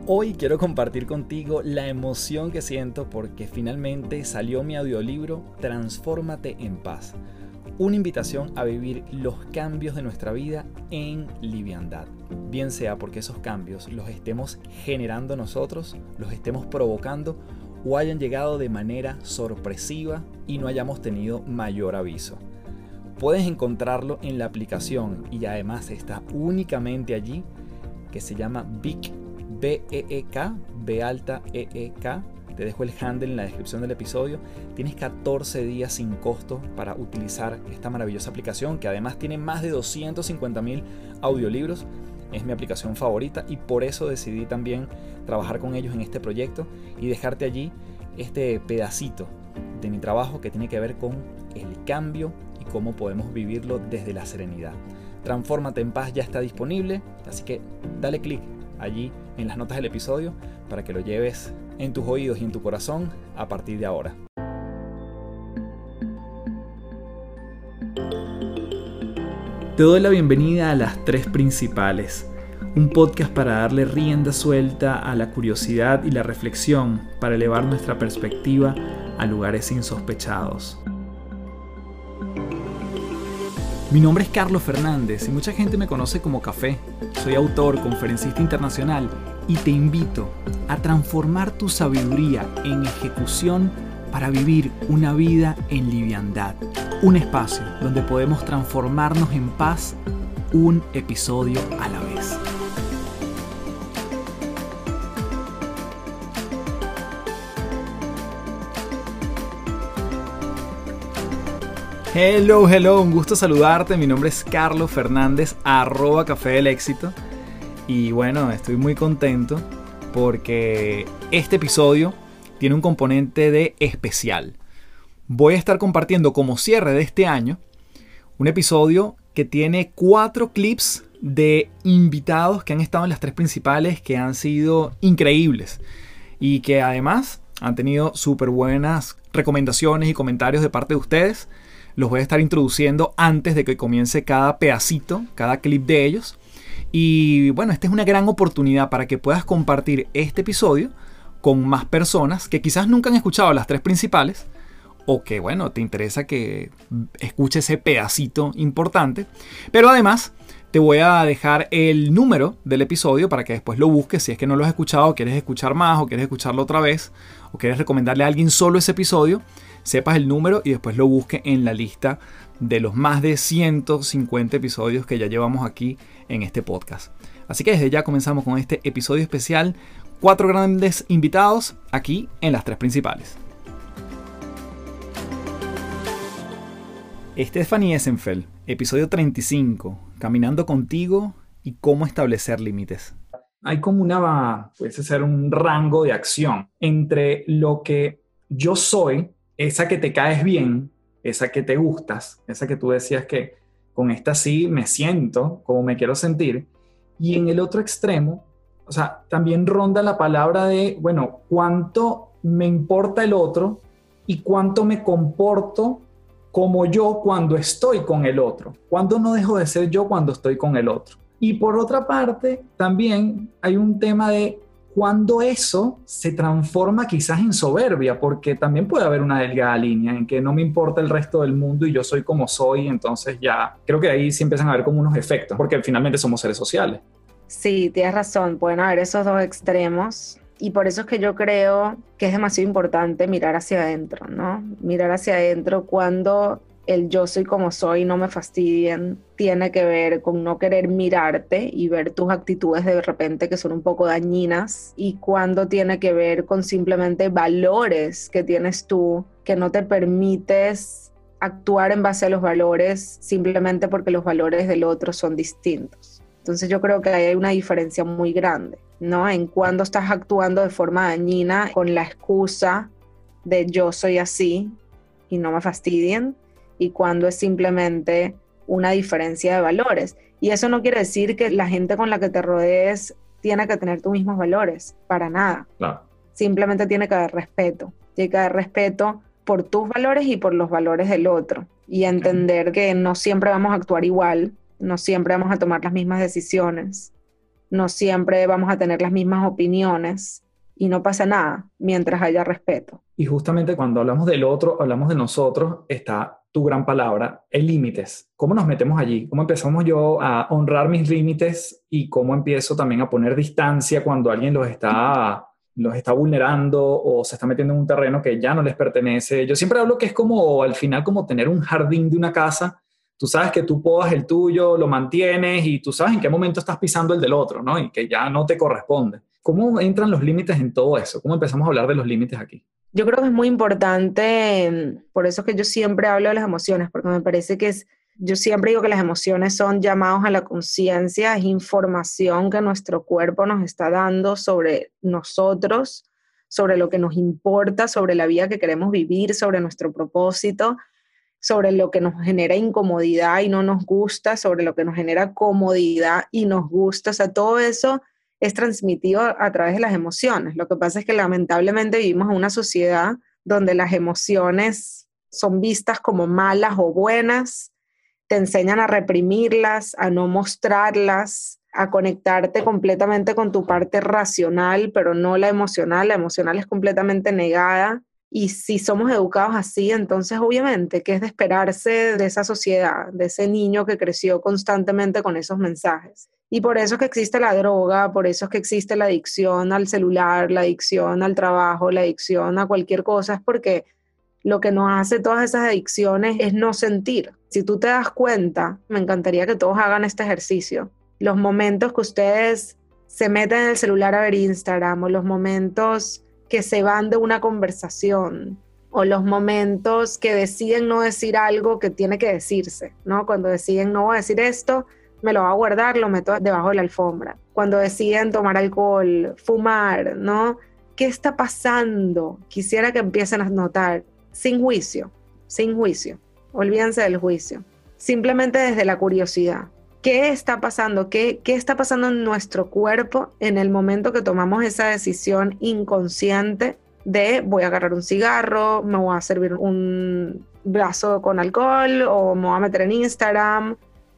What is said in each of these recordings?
Hoy quiero compartir contigo la emoción que siento porque finalmente salió mi audiolibro Transfórmate en Paz. Una invitación a vivir los cambios de nuestra vida en liviandad. Bien sea porque esos cambios los estemos generando nosotros, los estemos provocando o hayan llegado de manera sorpresiva y no hayamos tenido mayor aviso. Puedes encontrarlo en la aplicación y además está únicamente allí, que se llama Beek, B-E-E-K, B-alta-E-E-K. Te dejo el handle en la descripción del episodio. Tienes 14 días sin costo para utilizar esta maravillosa aplicación que además tiene más de 250,000 audiolibros. Es mi aplicación favorita y por eso decidí también trabajar con ellos en este proyecto y dejarte allí este pedacito de mi trabajo que tiene que ver con el cambio y cómo podemos vivirlo desde la serenidad. Transfórmate en Paz ya está disponible, así que dale clic allí en las notas del episodio para que lo lleves en tus oídos y en tu corazón a partir de ahora. Te doy la bienvenida a Las Tres Principales, un podcast para darle rienda suelta a la curiosidad y la reflexión para elevar nuestra perspectiva a lugares insospechados. Mi nombre es Carlos Fernández y mucha gente me conoce como Café. Soy autor, conferencista internacional y te invito a transformar tu sabiduría en ejecución para vivir una vida en liviandad. Un espacio donde podemos transformarnos en paz un episodio a la vez. Hello, un gusto saludarte. Mi nombre es Carlos Fernández, @Café del Éxito. Y bueno, estoy muy contento porque este episodio tiene un componente de especial. Voy a estar compartiendo como cierre de este año un episodio que tiene 4 clips de invitados que han estado en Las Tres Principales que han sido increíbles y que además han tenido súper buenas recomendaciones y comentarios de parte de ustedes. Los voy a estar introduciendo antes de que comience cada pedacito, cada clip de ellos. Y bueno, esta es una gran oportunidad para que puedas compartir este episodio con más personas que quizás nunca han escuchado Las Tres Principales o que, bueno, te interesa que escuches ese pedacito importante. Pero además te voy a dejar el número del episodio para que después lo busques si es que no lo has escuchado, quieres escuchar más o quieres escucharlo otra vez o quieres recomendarle a alguien solo ese episodio. Sepas el número y después lo busque en la lista de los más de 150 episodios que ya llevamos aquí en este podcast. Así que desde ya comenzamos con este episodio especial. 4 grandes invitados aquí en Las Tres Principales. Stephanie Essenfeld, episodio 35, Caminando contigo y cómo establecer límites. Hay como puede ser un rango de acción entre lo que yo soy, esa que te caes bien, esa que te gustas, esa que tú decías que con esta sí me siento como me quiero sentir. Y en el otro extremo, o sea, también ronda la palabra de, bueno, cuánto me importa el otro y cuánto me comporto como yo cuando estoy con el otro. Cuándo no dejo de ser yo cuando estoy con el otro. Y por otra parte, también hay un tema de cuando eso se transforma quizás en soberbia, porque también puede haber una delgada línea en que no me importa el resto del mundo y yo soy como soy, entonces ya creo que ahí sí empiezan a haber como unos efectos, porque finalmente somos seres sociales. Sí, tienes razón, pueden haber esos dos extremos y por eso es que yo creo que es demasiado importante mirar hacia adentro, ¿no? Mirar hacia adentro cuando el yo soy como soy, no me fastidien, tiene que ver con no querer mirarte y ver tus actitudes de repente que son un poco dañinas, y cuando tiene que ver con simplemente valores que tienes tú, que no te permites actuar en base a los valores simplemente porque los valores del otro son distintos. Entonces yo creo que ahí hay una diferencia muy grande, ¿no? En cuando estás actuando de forma dañina con la excusa de yo soy así y no me fastidien, y cuando es simplemente una diferencia de valores. Y eso no quiere decir que la gente con la que te rodees tiene que tener tus mismos valores, para nada. Claro. Simplemente tiene que haber respeto. Tiene que haber respeto por tus valores y por los valores del otro. Y entender que no siempre vamos a actuar igual, no siempre vamos a tomar las mismas decisiones, no siempre vamos a tener las mismas opiniones y no pasa nada mientras haya respeto. Y justamente cuando hablamos del otro, hablamos de nosotros, está tu gran palabra, el límites. ¿Cómo nos metemos allí? ¿Cómo empezamos yo a honrar mis límites y cómo empiezo también a poner distancia cuando alguien los está vulnerando o se está metiendo en un terreno que ya no les pertenece? Yo siempre hablo que es como al final como tener un jardín de una casa. Tú sabes que tú podas el tuyo, lo mantienes y tú sabes en qué momento estás pisando el del otro, ¿no? Y que ya no te corresponde. ¿Cómo entran los límites en todo eso? ¿Cómo empezamos a hablar de los límites aquí? Yo creo que es muy importante, por eso es que yo siempre hablo de las emociones, porque me parece que yo siempre digo que las emociones son llamados a la conciencia, es información que nuestro cuerpo nos está dando sobre nosotros, sobre lo que nos importa, sobre la vida que queremos vivir, sobre nuestro propósito, sobre lo que nos genera incomodidad y no nos gusta, sobre lo que nos genera comodidad y nos gusta. O sea, todo eso es transmitido a través de las emociones. Lo que pasa es que lamentablemente vivimos en una sociedad donde las emociones son vistas como malas o buenas, te enseñan a reprimirlas, a no mostrarlas, a conectarte completamente con tu parte racional, pero no la emocional. La emocional es completamente negada. Y si somos educados así, entonces obviamente, ¿qué es de esperarse de esa sociedad, de ese niño que creció constantemente con esos mensajes? Y por eso es que existe la droga, por eso es que existe la adicción al celular, la adicción al trabajo, la adicción a cualquier cosa, es porque lo que nos hace todas esas adicciones es no sentir. Si tú te das cuenta, me encantaría que todos hagan este ejercicio. Los momentos que ustedes se meten en el celular a ver Instagram, o los momentos que se van de una conversación, o los momentos que deciden no decir algo que tiene que decirse, ¿no? Cuando deciden no voy a decir esto, me lo voy a guardar, lo meto debajo de la alfombra. Cuando deciden tomar alcohol, fumar, ¿no? ¿Qué está pasando? Quisiera que empiecen a notar, sin juicio, sin juicio. Olvídense del juicio. Simplemente desde la curiosidad. ¿Qué está pasando? ¿Qué está pasando en nuestro cuerpo en el momento que tomamos esa decisión inconsciente de voy a agarrar un cigarro, me voy a servir un vaso con alcohol o me voy a meter en Instagram,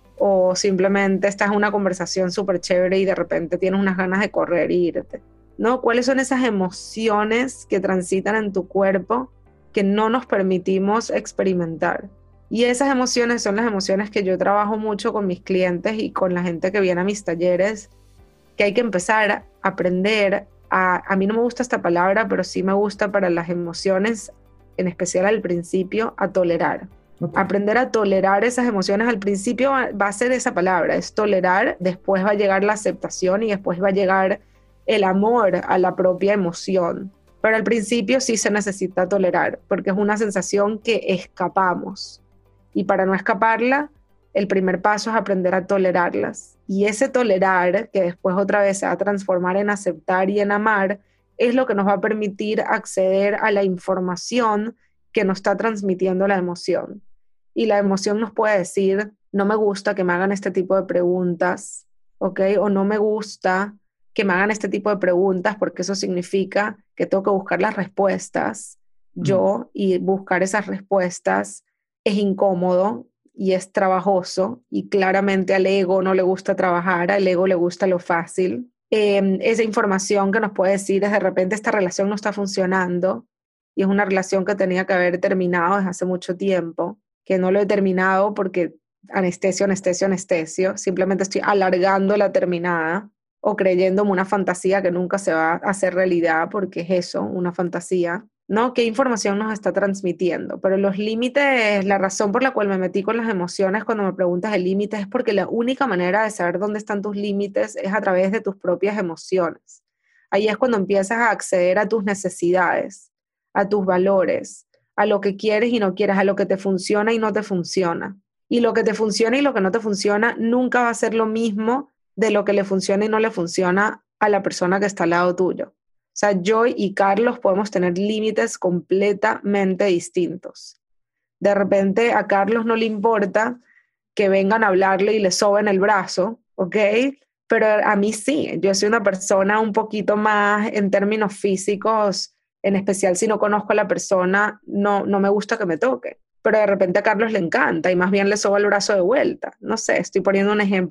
o simplemente estás en una conversación súper chévere y de repente tienes unas ganas de correr e irte, ¿no? ¿Cuáles son esas emociones que transitan en tu cuerpo que no nos permitimos experimentar? Y esas emociones son las emociones que yo trabajo mucho con mis clientes y con la gente que viene a mis talleres, que hay que empezar a aprender a mí no me gusta esta palabra, pero sí me gusta para las emociones, en especial al principio, a tolerar. Okay. Aprender a tolerar esas emociones al principio va a ser esa palabra, es tolerar, después va a llegar la aceptación y después va a llegar el amor a la propia emoción. Pero al principio sí se necesita tolerar, porque es una sensación que escapamos. Y para no escaparla, el primer paso es aprender a tolerarlas. Y ese tolerar, que después otra vez se va a transformar en aceptar y en amar, es lo que nos va a permitir acceder a la información que nos está transmitiendo la emoción. Y la emoción nos puede decir, no me gusta que me hagan este tipo de preguntas, ¿ok? O no me gusta que me hagan este tipo de preguntas porque eso significa que tengo que buscar las respuestas yo, y buscar esas respuestas es incómodo y es trabajoso, y claramente al ego no le gusta trabajar, al ego le gusta lo fácil. Esa información que nos puede decir es de repente esta relación no está funcionando y es una relación que tenía que haber terminado desde hace mucho tiempo, que no lo he terminado porque anestesio, anestesio, anestesio, simplemente estoy alargando la terminada o creyéndome una fantasía que nunca se va a hacer realidad porque es eso, una fantasía. ¿No? ¿Qué información nos está transmitiendo? Pero los límites, la razón por la cual me metí con las emociones cuando me preguntas el límite es porque la única manera de saber dónde están tus límites es a través de tus propias emociones. Ahí es cuando empiezas a acceder a tus necesidades, a tus valores, a lo que quieres y no quieres, a lo que te funciona y no te funciona. Y lo que te funciona y lo que no te funciona nunca va a ser lo mismo de lo que le funciona y no le funciona a la persona que está al lado tuyo. O sea, yo y Carlos podemos tener límites completamente distintos. De repente a Carlos no le importa que vengan a hablarle y le soben el brazo, ¿ok? Pero a mí sí. Yo soy una persona un poquito más en términos físicos, en especial si no conozco a la persona, no me gusta que me toque. Pero de repente a Carlos le encanta y más bien le soba el brazo de vuelta. No sé, estoy poniendo un ejemplo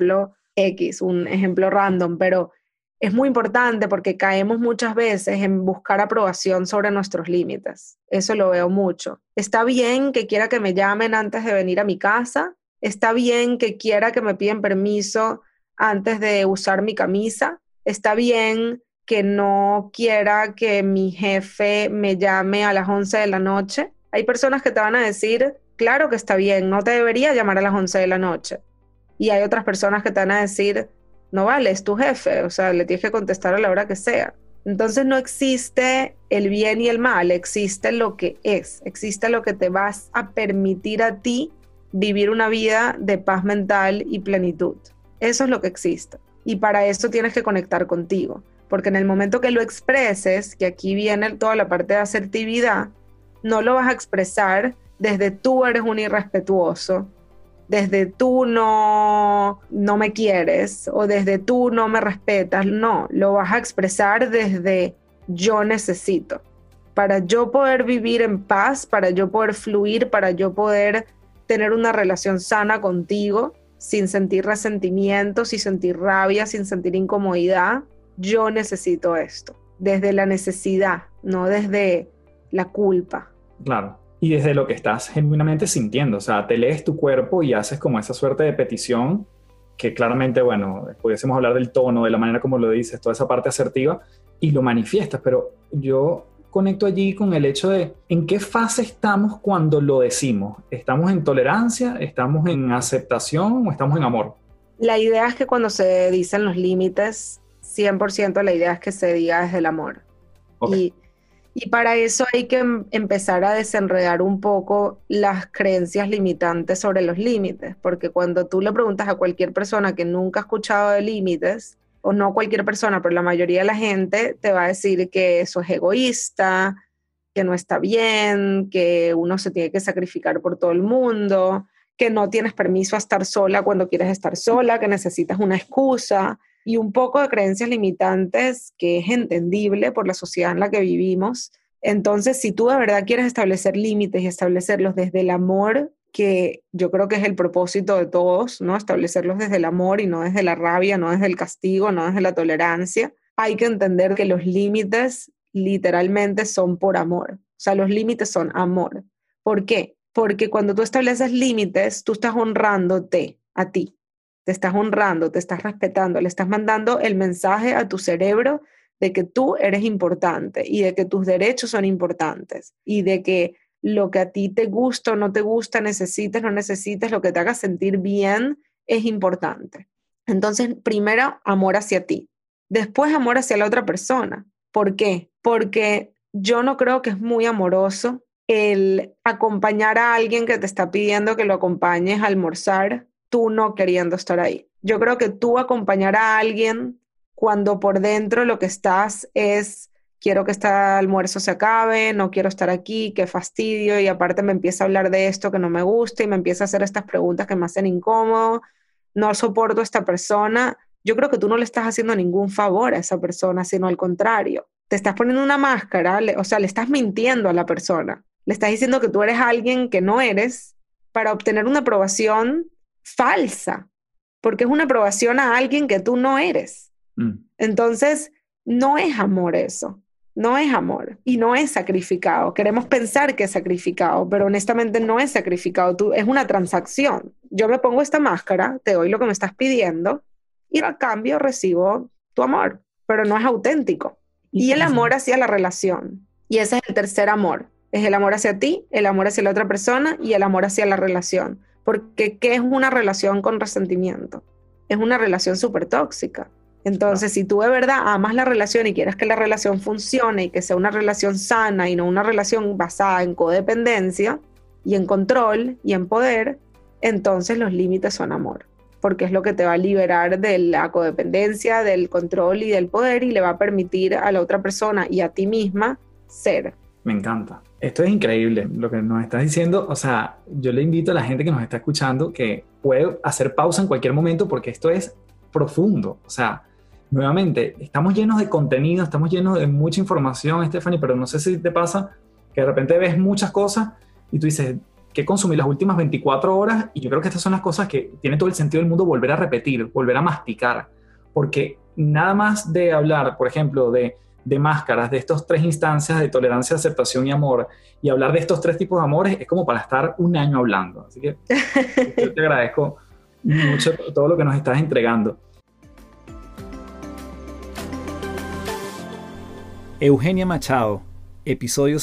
X, un ejemplo random, pero es muy importante porque caemos muchas veces en buscar aprobación sobre nuestros límites. Eso lo veo mucho. Está bien que quiera que me llamen antes de venir a mi casa. Está bien que quiera que me piden permiso antes de usar mi camisa. Está bien que no quiera que mi jefe me llame a las 11 de la noche. Hay personas que te van a decir, claro que está bien, no te debería llamar a las 11 de la noche. Y hay otras personas que te van a decir, no vale, es tu jefe, o sea, le tienes que contestar a la hora que sea. Entonces no existe el bien y el mal, existe lo que es, existe lo que te vas a permitir a ti vivir una vida de paz mental y plenitud. Eso es lo que existe. Y para eso tienes que conectar contigo, porque en el momento que lo expreses, que aquí viene toda la parte de asertividad, no lo vas a expresar desde tú eres un irrespetuoso, desde tú no me quieres o desde tú no me respetas. No, lo vas a expresar desde yo necesito. Para yo poder vivir en paz, para yo poder fluir, para yo poder tener una relación sana contigo, sin sentir resentimiento, sin sentir rabia, sin sentir incomodidad, yo necesito esto. Desde la necesidad, no desde la culpa. Claro. Y desde lo que estás genuinamente sintiendo, o sea, te lees tu cuerpo y haces como esa suerte de petición que claramente, bueno, pudiésemos hablar del tono, de la manera como lo dices, toda esa parte asertiva y lo manifiestas, pero yo conecto allí con el hecho de en qué fase estamos cuando lo decimos. ¿Estamos en tolerancia? ¿Estamos en aceptación o estamos en amor? La idea es que cuando se dicen los límites, 100% la idea es que se diga desde el amor. Okay. Y para eso hay que empezar a desenredar un poco las creencias limitantes sobre los límites, porque cuando tú le preguntas a cualquier persona que nunca ha escuchado de límites, o no cualquier persona, pero la mayoría de la gente te va a decir que eso es egoísta, que no está bien, que uno se tiene que sacrificar por todo el mundo, que no tienes permiso a estar sola cuando quieres estar sola, que necesitas una excusa. Y un poco de creencias limitantes que es entendible por la sociedad en la que vivimos. Entonces, si tú de verdad quieres establecer límites y establecerlos desde el amor, que yo creo que es el propósito de todos, ¿no? Establecerlos desde el amor y no desde la rabia, no desde el castigo, no desde la tolerancia, hay que entender que los límites literalmente son por amor. O sea, los límites son amor. ¿Por qué? Porque cuando tú estableces límites, tú estás honrándote a ti. Te estás honrando, te estás respetando, le estás mandando el mensaje a tu cerebro de que tú eres importante y de que tus derechos son importantes y de que lo que a ti te gusta o no te gusta, necesites, no necesites, lo que te haga sentir bien es importante. Entonces, primero, amor hacia ti. Después, amor hacia la otra persona. ¿Por qué? Porque yo no creo que es muy amoroso el acompañar a alguien que te está pidiendo que lo acompañes a almorzar, tú no queriendo estar ahí. Yo creo que tú acompañar a alguien cuando por dentro lo que estás es quiero que este almuerzo se acabe, no quiero estar aquí, qué fastidio, y aparte me empieza a hablar de esto que no me gusta y me empieza a hacer estas preguntas que me hacen incómodo, no soporto a esta persona. Yo creo que tú no le estás haciendo ningún favor a esa persona, sino al contrario. Te estás poniendo una máscara, o sea, le estás mintiendo a la persona. Le estás diciendo que tú eres alguien que no eres para obtener una aprobación falsa, porque es una aprobación a alguien que tú no eres. Entonces, no es amor eso, no es amor y no es sacrificado. Queremos pensar que es sacrificado, pero honestamente no es sacrificado. Es una transacción. Yo me pongo esta máscara, te doy lo que me estás pidiendo y a cambio recibo tu amor, pero no es auténtico. Y el amor hacia la relación. Y ese es el tercer amor. Es el amor hacia ti, el amor hacia la otra persona y el amor hacia la relación. Porque ¿qué es una relación con resentimiento? Es una relación súper tóxica. Entonces, si tú de verdad amas la relación y quieres que la relación funcione y que sea una relación sana y no una relación basada en codependencia y en control y en poder, entonces los límites son amor. Porque es lo que te va a liberar de la codependencia, del control y del poder y le va a permitir a la otra persona y a ti misma ser. Me encanta. Esto es increíble lo que nos estás diciendo. O sea, yo le invito a la gente que nos está escuchando que puede hacer pausa en cualquier momento porque esto es profundo. O sea, nuevamente, estamos llenos de contenido, estamos llenos de mucha información, Stephanie, pero no sé si te pasa que de repente ves muchas cosas y tú dices, qué consumí las últimas 24 horas, y yo creo que estas son las cosas que tiene todo el sentido del mundo volver a repetir, volver a masticar, porque nada más de hablar, por ejemplo, de máscaras, de estas 3 instancias de tolerancia, aceptación y amor, y hablar de estos 3 tipos de amores, es como para estar un año hablando. Así que yo te agradezco mucho todo lo que nos estás entregando. Eugenia Machado, episodio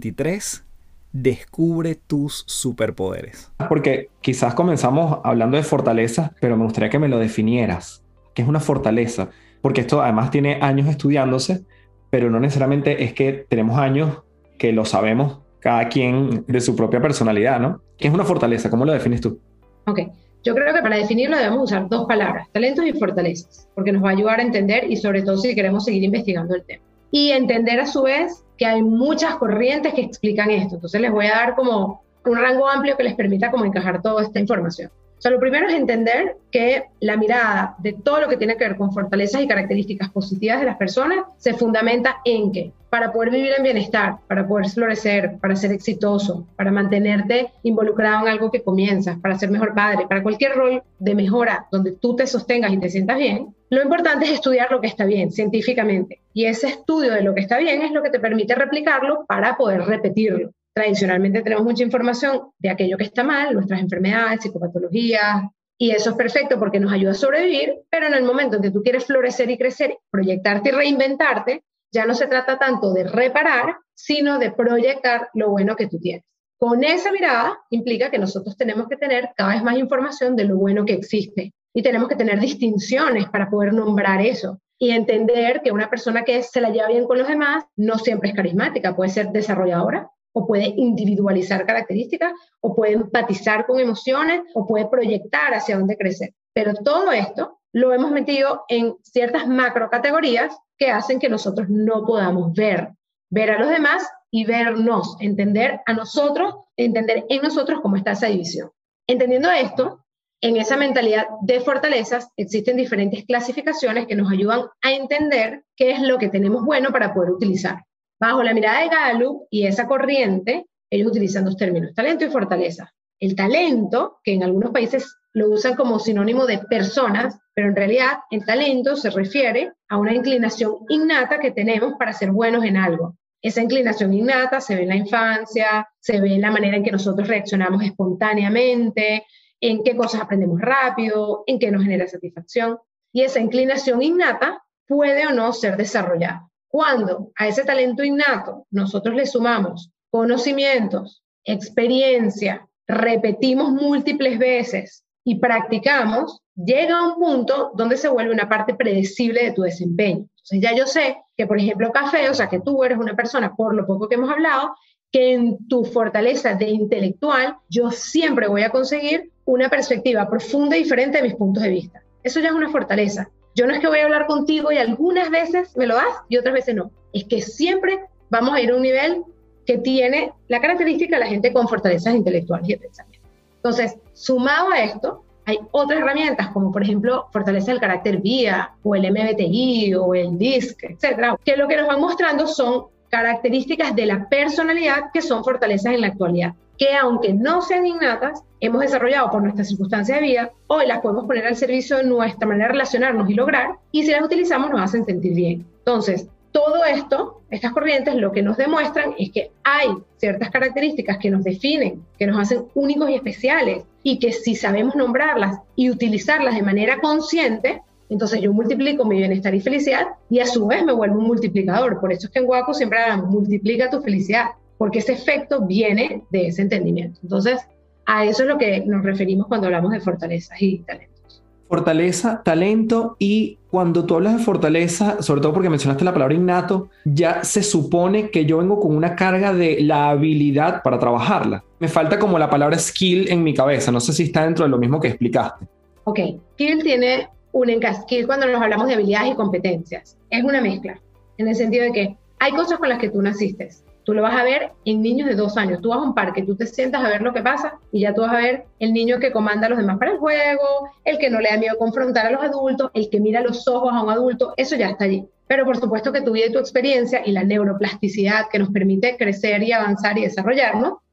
73, descubre tus superpoderes. Porque quizás comenzamos hablando de fortalezas, pero me gustaría que me lo definieras. ¿Qué es una fortaleza? Porque esto además tiene años estudiándose, pero no necesariamente es que tenemos años que lo sabemos cada quien de su propia personalidad, ¿no? ¿Qué es una fortaleza? ¿Cómo lo defines tú? Ok, yo creo que para definirlo debemos usar 2 palabras, talentos y fortalezas, porque nos va a ayudar a entender y sobre todo si queremos seguir investigando el tema. Y entender a su vez que hay muchas corrientes que explican esto. Entonces les voy a dar como un rango amplio que les permita como encajar toda esta información. O sea, lo primero es entender que la mirada de todo lo que tiene que ver con fortalezas y características positivas de las personas se fundamenta en que para poder vivir en bienestar, para poder florecer, para ser exitoso, para mantenerte involucrado en algo que comienzas, para ser mejor padre, para cualquier rol de mejora donde tú te sostengas y te sientas bien, lo importante es estudiar lo que está bien científicamente. Y ese estudio de lo que está bien es lo que te permite replicarlo para poder repetirlo. Tradicionalmente tenemos mucha información de aquello que está mal, nuestras enfermedades, psicopatologías, y eso es perfecto porque nos ayuda a sobrevivir, pero en el momento en que tú quieres florecer y crecer, proyectarte y reinventarte, ya no se trata tanto de reparar, sino de proyectar lo bueno que tú tienes. Con esa mirada implica que nosotros tenemos que tener cada vez más información de lo bueno que existe y tenemos que tener distinciones para poder nombrar eso y entender que una persona que se la lleva bien con los demás no siempre es carismática, puede ser desarrolladora, o puede individualizar características, o puede empatizar con emociones, o puede proyectar hacia dónde crecer. Pero todo esto lo hemos metido en ciertas macrocategorías que hacen que nosotros no podamos ver a los demás y vernos, entender a nosotros, entender en nosotros cómo está esa división. Entendiendo esto, en esa mentalidad de fortalezas existen diferentes clasificaciones que nos ayudan a entender qué es lo que tenemos bueno para poder utilizar. Bajo la mirada de Gallup y esa corriente, ellos utilizan 2 términos, talento y fortaleza. El talento, que en algunos países lo usan como sinónimo de personas, pero en realidad el talento se refiere a una inclinación innata que tenemos para ser buenos en algo. Esa inclinación innata se ve en la infancia, se ve en la manera en que nosotros reaccionamos espontáneamente, en qué cosas aprendemos rápido, en qué nos genera satisfacción. Y esa inclinación innata puede o no ser desarrollada. Cuando a ese talento innato nosotros le sumamos conocimientos, experiencia, repetimos múltiples veces y practicamos, llega a un punto donde se vuelve una parte predecible de tu desempeño. Entonces ya yo sé que, por ejemplo, Café, o sea, que tú eres una persona, por lo poco que hemos hablado, que en tu fortaleza de intelectual yo siempre voy a conseguir una perspectiva profunda y diferente de mis puntos de vista. Eso ya es una fortaleza. Yo no es que voy a hablar contigo y algunas veces me lo das y otras veces no. Es que siempre vamos a ir a un nivel que tiene la característica de la gente con fortalezas intelectuales y de pensamiento. Entonces, sumado a esto, hay otras herramientas como por ejemplo fortaleza del carácter VIA o el MBTI o el DISC, etcétera, que lo que nos van mostrando son características de la personalidad que son fortalezas en la actualidad, que aunque no sean innatas, hemos desarrollado por nuestras circunstancias de vida, hoy las podemos poner al servicio de nuestra manera de relacionarnos y lograr, y si las utilizamos nos hacen sentir bien. Entonces, todo esto, estas corrientes, lo que nos demuestran es que hay ciertas características que nos definen, que nos hacen únicos y especiales, y que si sabemos nombrarlas y utilizarlas de manera consciente, entonces yo multiplico mi bienestar y felicidad y a su vez me vuelvo un multiplicador. Por eso es que en Waku siempre hablamos, multiplica tu felicidad, porque ese efecto viene de ese entendimiento. Entonces, a eso es lo que nos referimos cuando hablamos de fortalezas y talentos. Fortaleza, talento, y cuando tú hablas de fortaleza, sobre todo porque mencionaste la palabra innato, ya se supone que yo vengo con una carga de la habilidad para trabajarla. Me falta como la palabra skill en mi cabeza, no sé si está dentro de lo mismo que explicaste. Ok, skill tiene un skill cuando nos hablamos de habilidades y competencias. Es una mezcla, en el sentido de que hay cosas con las que tú naciste. Tú lo vas a ver en niños de 2 años. Tú vas a un parque, tú te sientas a ver lo que pasa y ya tú vas a ver el niño que comanda a los demás para el juego, el que no le da miedo confrontar a los adultos, el que mira los ojos a un adulto, eso ya está allí. Pero por supuesto que tu vida y tu experiencia y la neuroplasticidad que nos permite crecer y avanzar y desarrollarnos,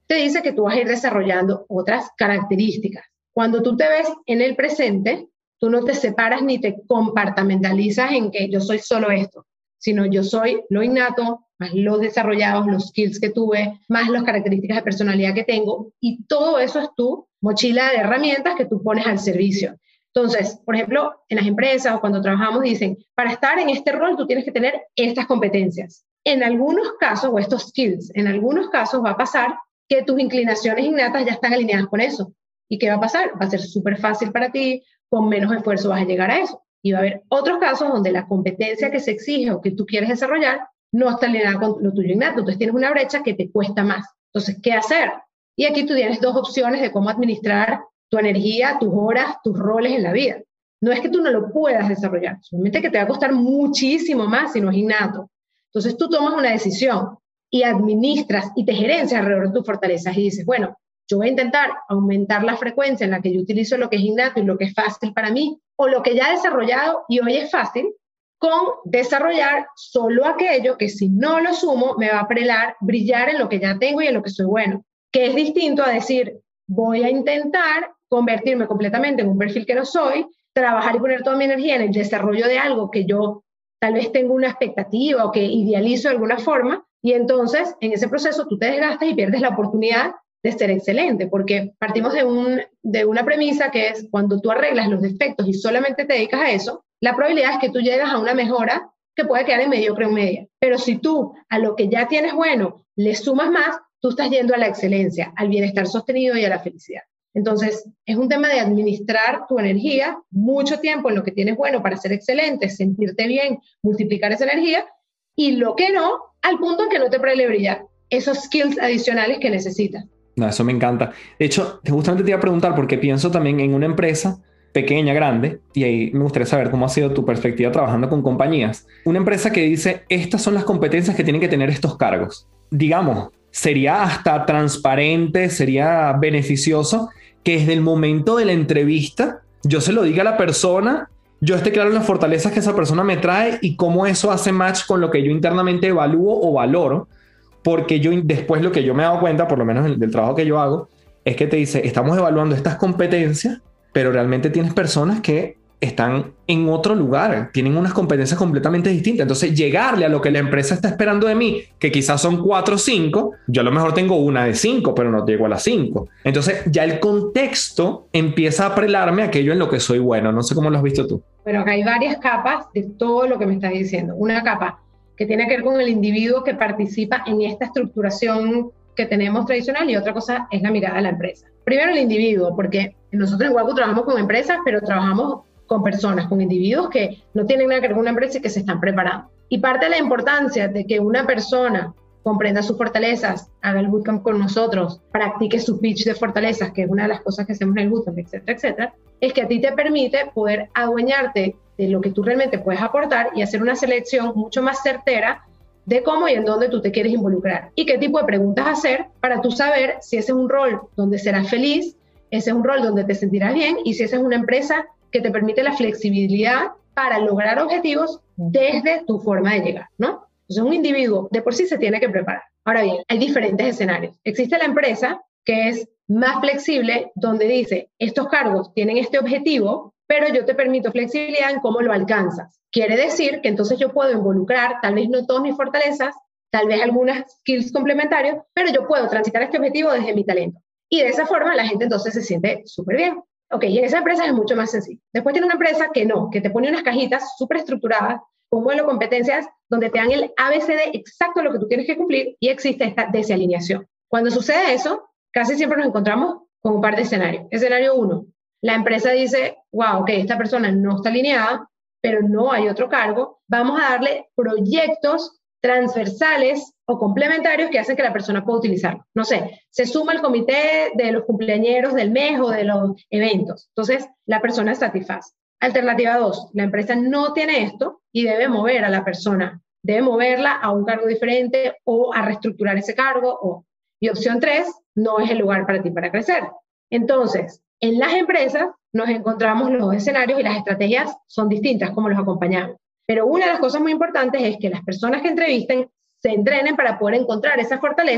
te dice que tú vas a ir desarrollando otras características. Cuando tú te ves en el presente, tú no te separas ni te compartimentalizas en que yo soy solo esto, sino yo soy lo innato, más los desarrollados, los skills que tuve, más las características de personalidad que tengo, y todo eso es tu mochila de herramientas que tú pones al servicio. Entonces, por ejemplo, en las empresas o cuando trabajamos dicen, para estar en este rol tú tienes que tener estas competencias. En algunos casos, o estos skills, en algunos casos va a pasar que tus inclinaciones innatas ya están alineadas con eso. ¿Y qué va a pasar? Va a ser súper fácil para ti, con menos esfuerzo vas a llegar a eso. Y va a haber otros casos donde la competencia que se exige o que tú quieres desarrollar no está alineada con lo tuyo innato. Entonces tienes una brecha que te cuesta más. Entonces, ¿qué hacer? Y aquí tú tienes dos opciones de cómo administrar tu energía, tus horas, tus roles en la vida. No es que tú no lo puedas desarrollar, solamente que te va a costar muchísimo más si no es innato. Entonces tú tomas una decisión y administras y te gerencias alrededor de tus fortalezas y dices, bueno, yo voy a intentar aumentar la frecuencia en la que yo utilizo lo que es innato y lo que es fácil para mí, o lo que ya he desarrollado y hoy es fácil, con desarrollar solo aquello que si no lo sumo me va a brillar en lo que ya tengo y en lo que soy bueno, que es distinto a decir, voy a intentar convertirme completamente en un perfil que no soy, trabajar y poner toda mi energía en el desarrollo de algo que yo tal vez tengo una expectativa o que idealizo de alguna forma, y entonces en ese proceso tú te desgastas y pierdes la oportunidad de ser excelente, porque partimos de una premisa que es cuando tú arreglas los defectos y solamente te dedicas a eso, la probabilidad es que tú llegas a una mejora que puede quedar en mediocre o media. Pero si tú a lo que ya tienes bueno le sumas más, tú estás yendo a la excelencia, al bienestar sostenido y a la felicidad. Entonces, es un tema de administrar tu energía mucho tiempo en lo que tienes bueno para ser excelente, sentirte bien, multiplicar esa energía, y lo que no, al punto en que no te prohíbe brillar. Esos skills adicionales que necesitas. No, eso me encanta. De hecho, justamente te iba a preguntar porque pienso también en una empresa pequeña, grande, y ahí me gustaría saber cómo ha sido tu perspectiva trabajando con compañías. Una empresa que dice, estas son las competencias que tienen que tener estos cargos. Digamos, sería hasta transparente, sería beneficioso que desde el momento de la entrevista yo se lo diga a la persona, yo esté claro en las fortalezas que esa persona me trae y cómo eso hace match con lo que yo internamente evalúo o valoro, porque yo después lo que yo me he dado cuenta, por lo menos del trabajo que yo hago, es que te dice, estamos evaluando estas competencias, pero realmente tienes personas que están en otro lugar, tienen unas competencias completamente distintas. Entonces, llegarle a lo que la empresa está esperando de mí, que quizás son 4 o 5, yo a lo mejor tengo una de 5, pero no llego a las 5. Entonces, ya el contexto empieza a prelarme aquello en lo que soy bueno. No sé cómo lo has visto tú. Pero acá hay varias capas de todo lo que me estás diciendo. Una capa que tiene que ver con el individuo que participa en esta estructuración que tenemos tradicional, y otra cosa es la mirada de la empresa. Primero el individuo, porque nosotros en Waku trabajamos con empresas, pero trabajamos con personas, con individuos que no tienen nada que ver con una empresa y que se están preparando. Y parte de la importancia de que una persona comprenda sus fortalezas, haga el bootcamp con nosotros, practique su pitch de fortalezas, que es una de las cosas que hacemos en el bootcamp, etcétera, etcétera, es que a ti te permite poder adueñarte de lo que tú realmente puedes aportar y hacer una selección mucho más certera de cómo y en dónde tú te quieres involucrar y qué tipo de preguntas hacer para tú saber si ese es un rol donde serás feliz, ese es un rol donde te sentirás bien y si esa es una empresa que te permite la flexibilidad para lograr objetivos desde tu forma de llegar, ¿no? Entonces un individuo de por sí se tiene que preparar. Ahora bien, hay diferentes escenarios. Existe la empresa que es más flexible, donde dice, estos cargos tienen este objetivo, pero yo te permito flexibilidad en cómo lo alcanzas. Quiere decir que entonces yo puedo involucrar, tal vez no todas mis fortalezas, tal vez algunas skills complementarios, pero yo puedo transitar este objetivo desde mi talento. Y de esa forma la gente entonces se siente súper bien. Ok, y en esa empresa es mucho más sencillo. Después tiene una empresa que no, que te pone unas cajitas súper estructuradas, con un modelo de competencias donde te dan el ABCD exacto de lo que tú tienes que cumplir y existe esta desalineación. Cuando sucede eso, casi siempre nos encontramos con un par de escenarios. Escenario 1, la empresa dice, wow, ok, esta persona no está alineada, pero no hay otro cargo, vamos a darle proyectos transversales o complementarios que hacen que la persona pueda utilizarlo. No sé, se suma al comité de los cumpleañeros del mes o de los eventos. Entonces, la persona satisface. Alternativa 2, la empresa no tiene esto y debe mover a la persona, debe moverla a un cargo diferente o a reestructurar ese cargo. Y opción 3, no es el lugar para ti para crecer. Entonces, en las empresas nos encontramos los dos escenarios y las estrategias son distintas como los acompañamos. Pero una de las cosas muy importantes es que las personas que entrevisten se entrenen para poder encontrar esa fortaleza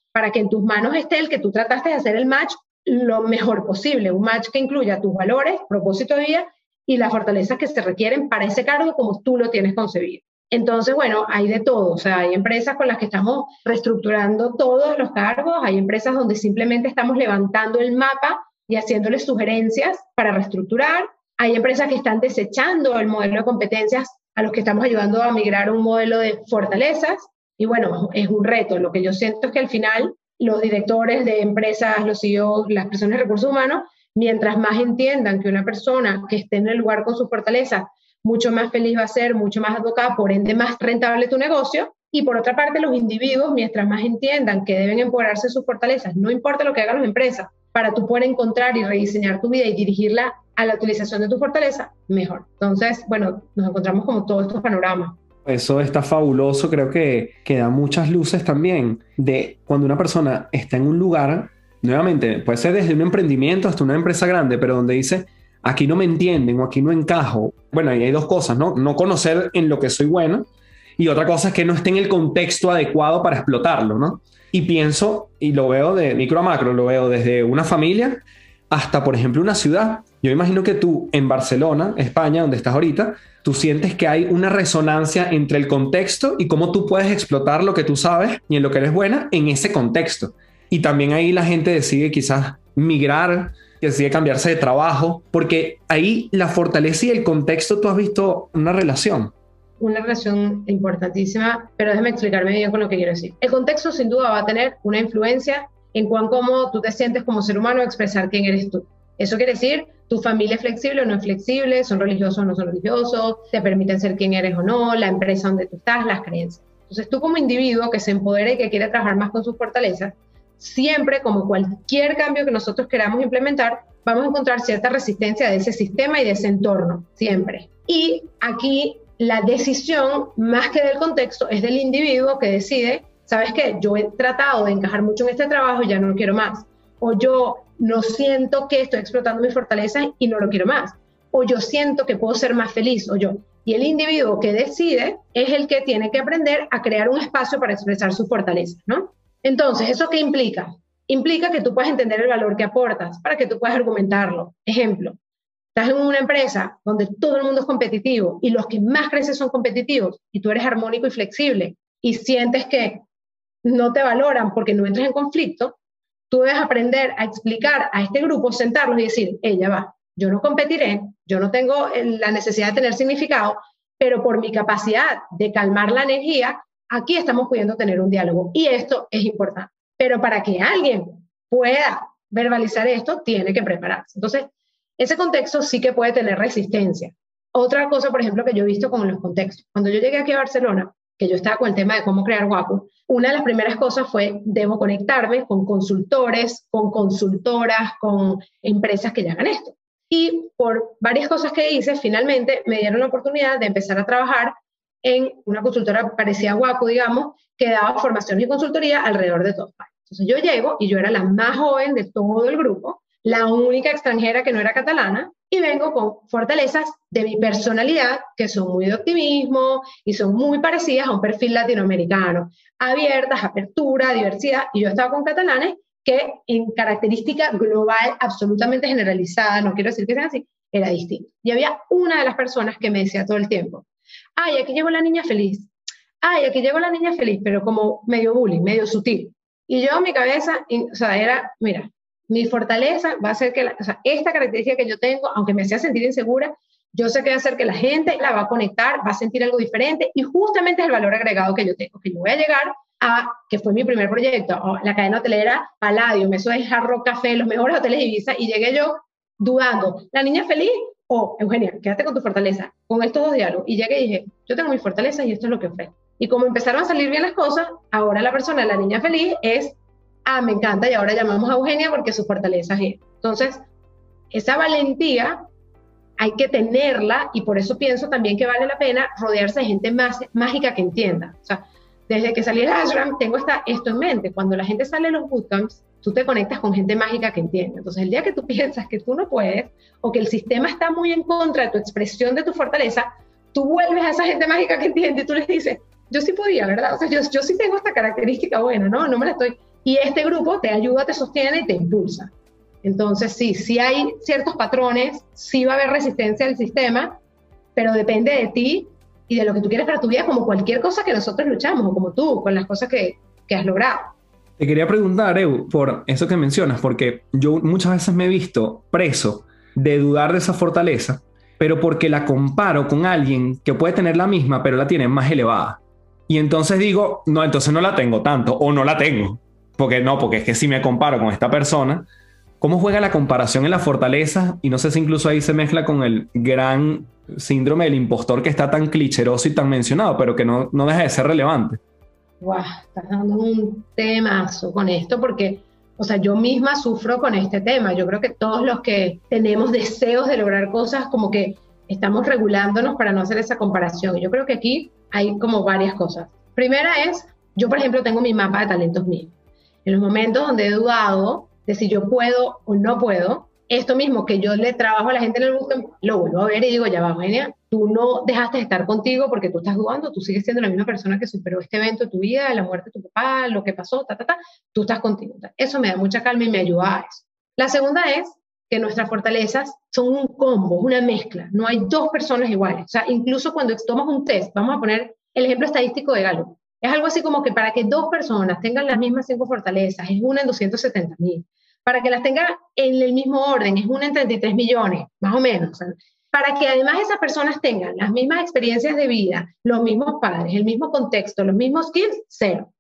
para que en tus manos esté el que tú trataste de hacer el match lo mejor posible, un match que incluya tus valores, propósito de vida y las fortalezas que se requieren para ese cargo como tú lo tienes concebido. Entonces, bueno, hay de todo, o sea, hay empresas con las que estamos reestructurando todos los cargos, hay empresas donde simplemente estamos levantando el mapa y haciéndoles sugerencias para reestructurar, hay empresas que están desechando el modelo de competencias a los que estamos ayudando a migrar a un modelo de fortalezas, y bueno, es un reto. Lo que yo siento es que al final los directores de empresas, los CEOs, las personas de recursos humanos, mientras más entiendan que una persona que esté en el lugar con sus fortalezas, mucho más feliz va a ser, mucho más advocada, por ende más rentable tu negocio. Y por otra parte, los individuos, mientras más entiendan que deben empoderarse de sus fortalezas, no importa lo que hagan las empresas, para tú poder encontrar y rediseñar tu vida y dirigirla a la utilización de tu fortaleza, mejor. Entonces, bueno, nos encontramos como todos estos panoramas. Eso está fabuloso, creo que da muchas luces también de cuando una persona está en un lugar, nuevamente, puede ser desde un emprendimiento hasta una empresa grande, pero donde dice, aquí no me entienden o aquí no encajo. Bueno, ahí hay dos cosas, ¿no? No conocer en lo que soy bueno, y otra cosa es que no esté en el contexto adecuado para explotarlo, ¿no? Y pienso, y lo veo de micro a macro, lo veo desde una familia hasta, por ejemplo, una ciudad. Yo imagino que tú en Barcelona, España, donde estás ahorita, tú sientes que hay una resonancia entre el contexto y cómo tú puedes explotar lo que tú sabes y en lo que eres buena en ese contexto. Y también ahí la gente decide quizás migrar, decide cambiarse de trabajo, porque ahí la fortaleza y el contexto, tú has visto una relación. Una relación importantísima, pero déjame explicarme bien con lo que quiero decir. El contexto sin duda va a tener una influencia en cuanto a cómo tú te sientes como ser humano, expresar quién eres tú. Eso quiere decir, tu familia es flexible o no es flexible, son religiosos o no son religiosos, te permiten ser quien eres o no, la empresa donde tú estás, las creencias. Entonces tú como individuo que se empodera y que quiere trabajar más con sus fortalezas, siempre, como cualquier cambio que nosotros queramos implementar, vamos a encontrar cierta resistencia de ese sistema y de ese entorno, siempre. Y aquí la decisión, más que del contexto, es del individuo que decide, ¿sabes qué? Yo he tratado de encajar mucho en este trabajo y ya no lo quiero más. O yo no siento que estoy explotando mis fortalezas y no lo quiero más. O yo siento que puedo ser más feliz, o yo. Y el individuo que decide es el que tiene que aprender a crear un espacio para expresar sus fortalezas, ¿no? Entonces, ¿eso qué implica? Implica que tú puedas entender el valor que aportas para que tú puedas argumentarlo. Ejemplo, estás en una empresa donde todo el mundo es competitivo y los que más crecen son competitivos y tú eres armónico y flexible y sientes que no te valoran porque no entras en conflicto, tú debes aprender a explicar a este grupo, sentarlos y decir, ella va, yo no competiré, yo no tengo la necesidad de tener significado, pero por mi capacidad de calmar la energía, aquí estamos pudiendo tener un diálogo y esto es importante. Pero para que alguien pueda verbalizar esto, tiene que prepararse. Entonces, ese contexto sí que puede tener resistencia. Otra cosa, por ejemplo, que yo he visto con los contextos. Cuando yo llegué aquí a Barcelona, que yo estaba con el tema de cómo crear Waku, una de las primeras cosas fue, debo conectarme con consultores, con consultoras, con empresas que ya hagan esto. Y por varias cosas que hice, finalmente me dieron la oportunidad de empezar a trabajar en una consultora parecida a Waku, digamos, que daba formación y consultoría alrededor de todo España. Entonces yo llego y yo era la más joven de todo el grupo, la única extranjera que no era catalana, y vengo con fortalezas de mi personalidad, que son muy de optimismo y son muy parecidas a un perfil latinoamericano, abiertas, apertura, diversidad, y yo estaba con catalanes que en característica global, absolutamente generalizada, no quiero decir que sean así, era distinto. Y había una de las personas que me decía todo el tiempo, ay, aquí llegó la niña feliz, ay, aquí llegó la niña feliz, pero como medio bullying, medio sutil. Y yo en mi cabeza, o sea, era, mira, mi fortaleza va a ser que, o sea, esta característica que yo tengo, aunque me hacía sentir insegura, yo sé que va a hacer que la gente la va a conectar, va a sentir algo diferente, y justamente es el valor agregado que yo tengo, que yo voy a llegar a, que fue mi primer proyecto, la cadena hotelera Palladium, eso es Hard Rock Café, los mejores hoteles de Ibiza, y llegué yo dudando, ¿la niña feliz? O, Eugenia, quédate con tu fortaleza, con estos dos diálogos. Y llegué y dije, yo tengo mis fortalezas y esto es lo que ofrezco. Y como empezaron a salir bien las cosas, ahora la persona, la niña feliz, es, me encanta, y ahora llamamos a Eugenia porque su fortaleza es ella. Entonces, esa valentía hay que tenerla, y por eso pienso también que vale la pena rodearse de gente más mágica que entienda. O sea, desde que salí del ashram tengo esto en mente. Cuando la gente sale de los bootcamps, tú te conectas con gente mágica que entiende. Entonces, el día que tú piensas que tú no puedes, o que el sistema está muy en contra de tu expresión de tu fortaleza, tú vuelves a esa gente mágica que entiende y tú les dices, yo sí podía, ¿verdad? O sea, yo sí tengo esta característica buena, ¿no? No me la estoy Y este grupo te ayuda, te sostiene y te impulsa. Entonces, sí hay ciertos patrones, sí va a haber resistencia al sistema, pero depende de ti y de lo que tú quieres para tu vida, como cualquier cosa que nosotros luchamos, o como tú, con las cosas que has logrado. Te quería preguntar, Eu, por eso que mencionas, porque yo muchas veces me he visto preso de dudar de esa fortaleza, pero porque la comparo con alguien que puede tener la misma, pero la tiene más elevada. Y entonces digo, no, entonces no la tengo tanto, o no la tengo. Porque es que si me comparo con esta persona, ¿cómo juega la comparación en la fortaleza? Y no sé si incluso ahí se mezcla con el gran síndrome del impostor que está tan clicheroso y tan mencionado, pero que no deja de ser relevante. Wow, estás dando un temazo con esto porque, o sea, yo misma sufro con este tema. Yo creo que todos los que tenemos deseos de lograr cosas, como que estamos regulándonos para no hacer esa comparación. Yo creo que aquí hay como varias cosas. Primera es, yo por ejemplo tengo mi mapa de talentos míos. En los momentos donde he dudado de si yo puedo o no puedo, esto mismo que yo le trabajo a la gente en el bootcamp, lo vuelvo a ver y digo, ya va, Eugenia, tú no dejaste de estar contigo porque tú estás dudando, tú sigues siendo la misma persona que superó este evento de tu vida, la muerte de tu papá, lo que pasó, tú estás contigo. Eso me da mucha calma y me ayuda a eso. La segunda es que nuestras fortalezas son un combo, una mezcla, no hay dos personas iguales. O sea, incluso cuando tomas un test, vamos a poner el ejemplo estadístico de Gallup, es algo así como que para que dos personas tengan las mismas 5 fortalezas, es una en 270,000. Para que las tengan en el mismo orden, es una en 33 millones, más o menos. O sea, para que además esas personas tengan las mismas experiencias de vida, los mismos padres, el mismo contexto, los mismos skills, 0.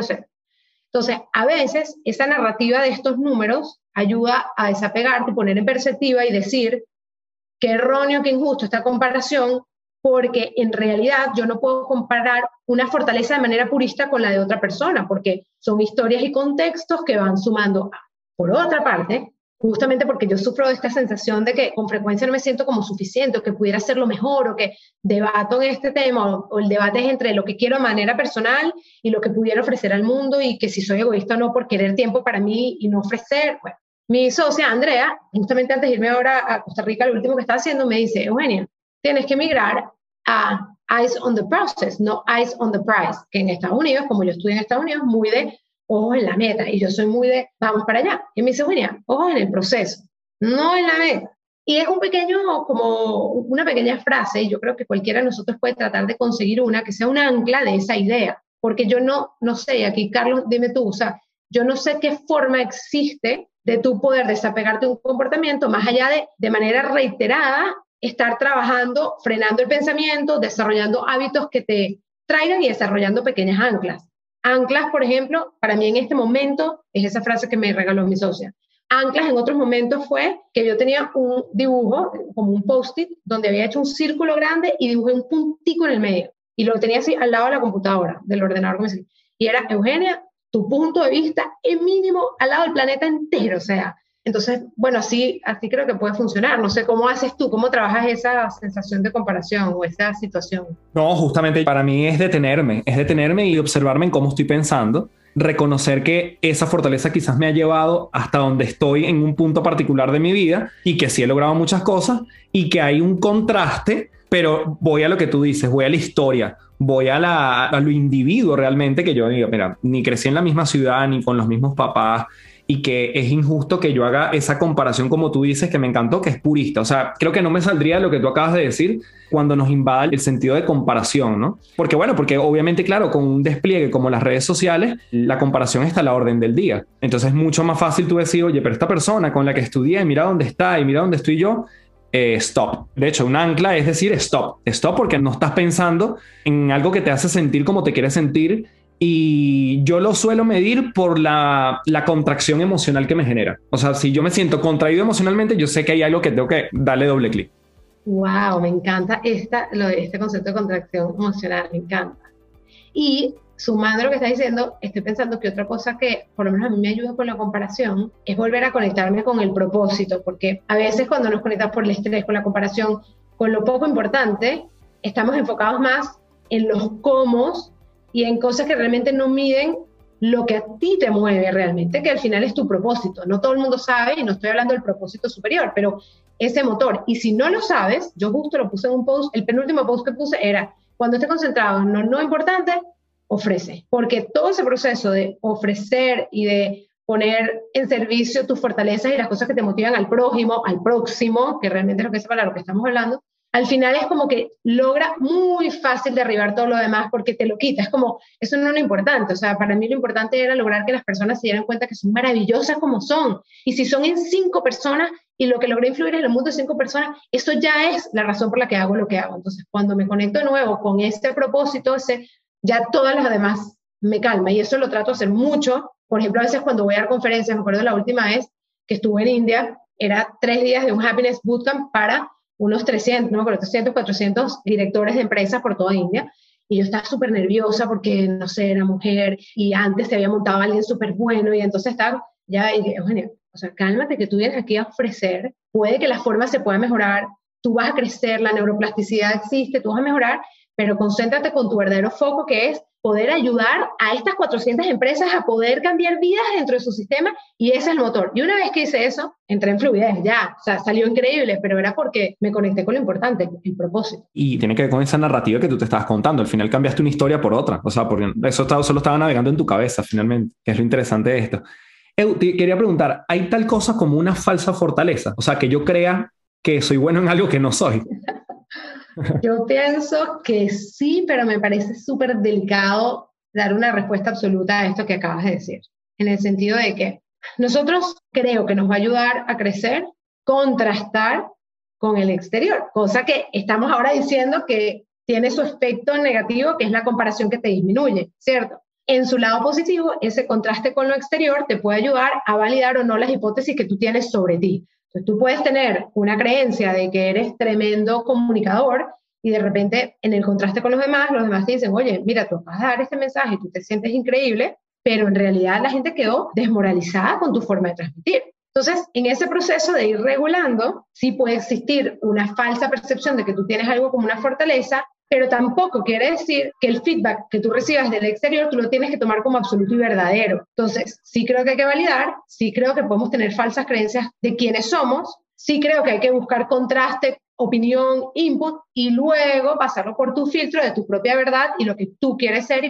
Entonces, a veces, esa narrativa de estos números ayuda a desapegarte, poner en perspectiva y decir qué erróneo, qué injusto esta comparación, porque en realidad yo no puedo comparar una fortaleza de manera purista con la de otra persona, porque son historias y contextos que van sumando. Por otra parte, justamente porque yo sufro de esta sensación de que con frecuencia no me siento como suficiente, o que pudiera hacerlo mejor, o que debato en este tema, o el debate es entre lo que quiero de manera personal y lo que pudiera ofrecer al mundo, y que si soy egoísta o no por querer tiempo para mí y no ofrecer. Bueno, mi socia Andrea, justamente antes de irme ahora a Costa Rica, lo último que estaba haciendo, me dice, Eugenia, tienes que migrar a Eyes on the Process, no Eyes on the Prize, que en Estados Unidos, como yo estudié en Estados Unidos, muy de ojos en la meta, y yo soy muy de vamos para allá. Y me dice, Eugenia, ojos en el proceso, no en la meta. Y es como una pequeña frase, y yo creo que cualquiera de nosotros puede tratar de conseguir una que sea un ancla de esa idea, porque yo no sé, aquí Carlos, dime tú, o sea, yo no sé qué forma existe de tú poder desapegarte de un comportamiento más allá de manera reiterada estar trabajando, frenando el pensamiento, desarrollando hábitos que te traigan y desarrollando pequeñas anclas. Anclas, por ejemplo, para mí en este momento es esa frase que me regaló mi socia. Anclas en otros momentos fue que yo tenía un dibujo, como un post-it, donde había hecho un círculo grande y dibujé un puntico en el medio. Y lo tenía así al lado de la computadora, del ordenador. Y era, Eugenia, tu punto de vista es mínimo al lado del planeta entero. O sea, entonces, bueno, así creo que puede funcionar. No sé, ¿cómo haces tú? ¿Cómo trabajas esa sensación de comparación o esa situación? No, justamente para mí es detenerme y observarme en cómo estoy pensando, reconocer que esa fortaleza quizás me ha llevado hasta donde estoy en un punto particular de mi vida y que sí he logrado muchas cosas y que hay un contraste, pero voy a lo que tú dices, voy a la historia, voy a lo individuo realmente, que yo digo, mira, ni crecí en la misma ciudad, ni con los mismos papás, y que es injusto que yo haga esa comparación como tú dices, que me encantó, que es purista. O sea, creo que no me saldría lo que tú acabas de decir cuando nos invada el sentido de comparación, ¿no? Porque obviamente, claro, con un despliegue como las redes sociales, la comparación está a la orden del día. Entonces es mucho más fácil tú decir, oye, pero esta persona con la que estudié, mira dónde está y mira dónde estoy yo, stop. De hecho, un ancla es decir stop. Stop porque no estás pensando en algo que te hace sentir como te quieres sentir. Y yo lo suelo medir por la contracción emocional que me genera. O sea, si yo me siento contraído emocionalmente, yo sé que hay algo que tengo que darle doble clic. Wow, me encanta este concepto de contracción emocional, me encanta. Y sumando lo que estás diciendo, estoy pensando que otra cosa que por lo menos a mí me ayuda con la comparación es volver a conectarme con el propósito, porque a veces cuando nos conectamos por el estrés, con la comparación, con lo poco importante, estamos enfocados más en los cómo y en cosas que realmente no miden lo que a ti te mueve realmente, que al final es tu propósito. No todo el mundo sabe, y no estoy hablando del propósito superior, pero ese motor. Y si no lo sabes, yo justo lo puse en un post, el penúltimo post que puse era, cuando estés concentrado en lo no importante, ofrece. Porque todo ese proceso de ofrecer y de poner en servicio tus fortalezas y las cosas que te motivan al prójimo, al próximo, que realmente es lo que es para lo que estamos hablando, al final es como que logra muy fácil derribar todo lo demás porque te lo quita. Es como, eso no es lo importante. O sea, para mí lo importante era lograr que las personas se dieran cuenta que son maravillosas como son. Y si son en 5 personas y lo que logré influir en el mundo de 5 personas, eso ya es la razón por la que hago lo que hago. Entonces, cuando me conecto de nuevo con este propósito, ya todas las demás me calma. Y eso lo trato de hacer mucho. Por ejemplo, a veces cuando voy a dar conferencias, me acuerdo la última vez que estuve en India, era 3 días de un Happiness Bootcamp para unos 300, no me acuerdo, 300, 400 directores de empresas por toda India, y yo estaba súper nerviosa porque, no sé, era mujer, y antes se había montado alguien súper bueno, y entonces estaba, ya, y dije, Eugenia, o sea, cálmate, que tú vienes aquí a ofrecer, puede que la forma se pueda mejorar, tú vas a crecer, la neuroplasticidad existe, tú vas a mejorar, pero concéntrate con tu verdadero foco, que es poder ayudar a estas 400 empresas a poder cambiar vidas dentro de su sistema, y ese es el motor. Y una vez que hice eso, entré en fluidez, ya, o sea, salió increíble, pero era porque me conecté con lo importante, el propósito. Y tiene que ver con esa narrativa que tú te estabas contando. Al final cambiaste una historia por otra. O sea, porque solo estaba navegando en tu cabeza, finalmente, que es lo interesante de esto. Te quería preguntar, ¿hay tal cosa como una falsa fortaleza? O sea, que yo crea que soy bueno en algo que no soy. Yo pienso que sí, pero me parece súper delicado dar una respuesta absoluta a esto que acabas de decir. En el sentido de que nosotros creo que nos va a ayudar a crecer, contrastar con el exterior, cosa que estamos ahora diciendo que tiene su efecto negativo, que es la comparación que te disminuye, ¿cierto? En su lado positivo, ese contraste con lo exterior te puede ayudar a validar o no las hipótesis que tú tienes sobre ti. Entonces, tú puedes tener una creencia de que eres tremendo comunicador y de repente en el contraste con los demás te dicen, oye, mira, tú vas a dar este mensaje y tú te sientes increíble, pero en realidad la gente quedó desmoralizada con tu forma de transmitir. Entonces, en ese proceso de ir regulando, sí puede existir una falsa percepción de que tú tienes algo como una fortaleza, pero tampoco quiere decir que el feedback que tú recibas del exterior tú lo tienes que tomar como absoluto y verdadero. Entonces, sí creo que hay que validar, sí creo que podemos tener falsas creencias de quiénes somos, sí creo que hay que buscar contraste, opinión, input, y luego pasarlo por tu filtro de tu propia verdad y lo que tú quieres ser y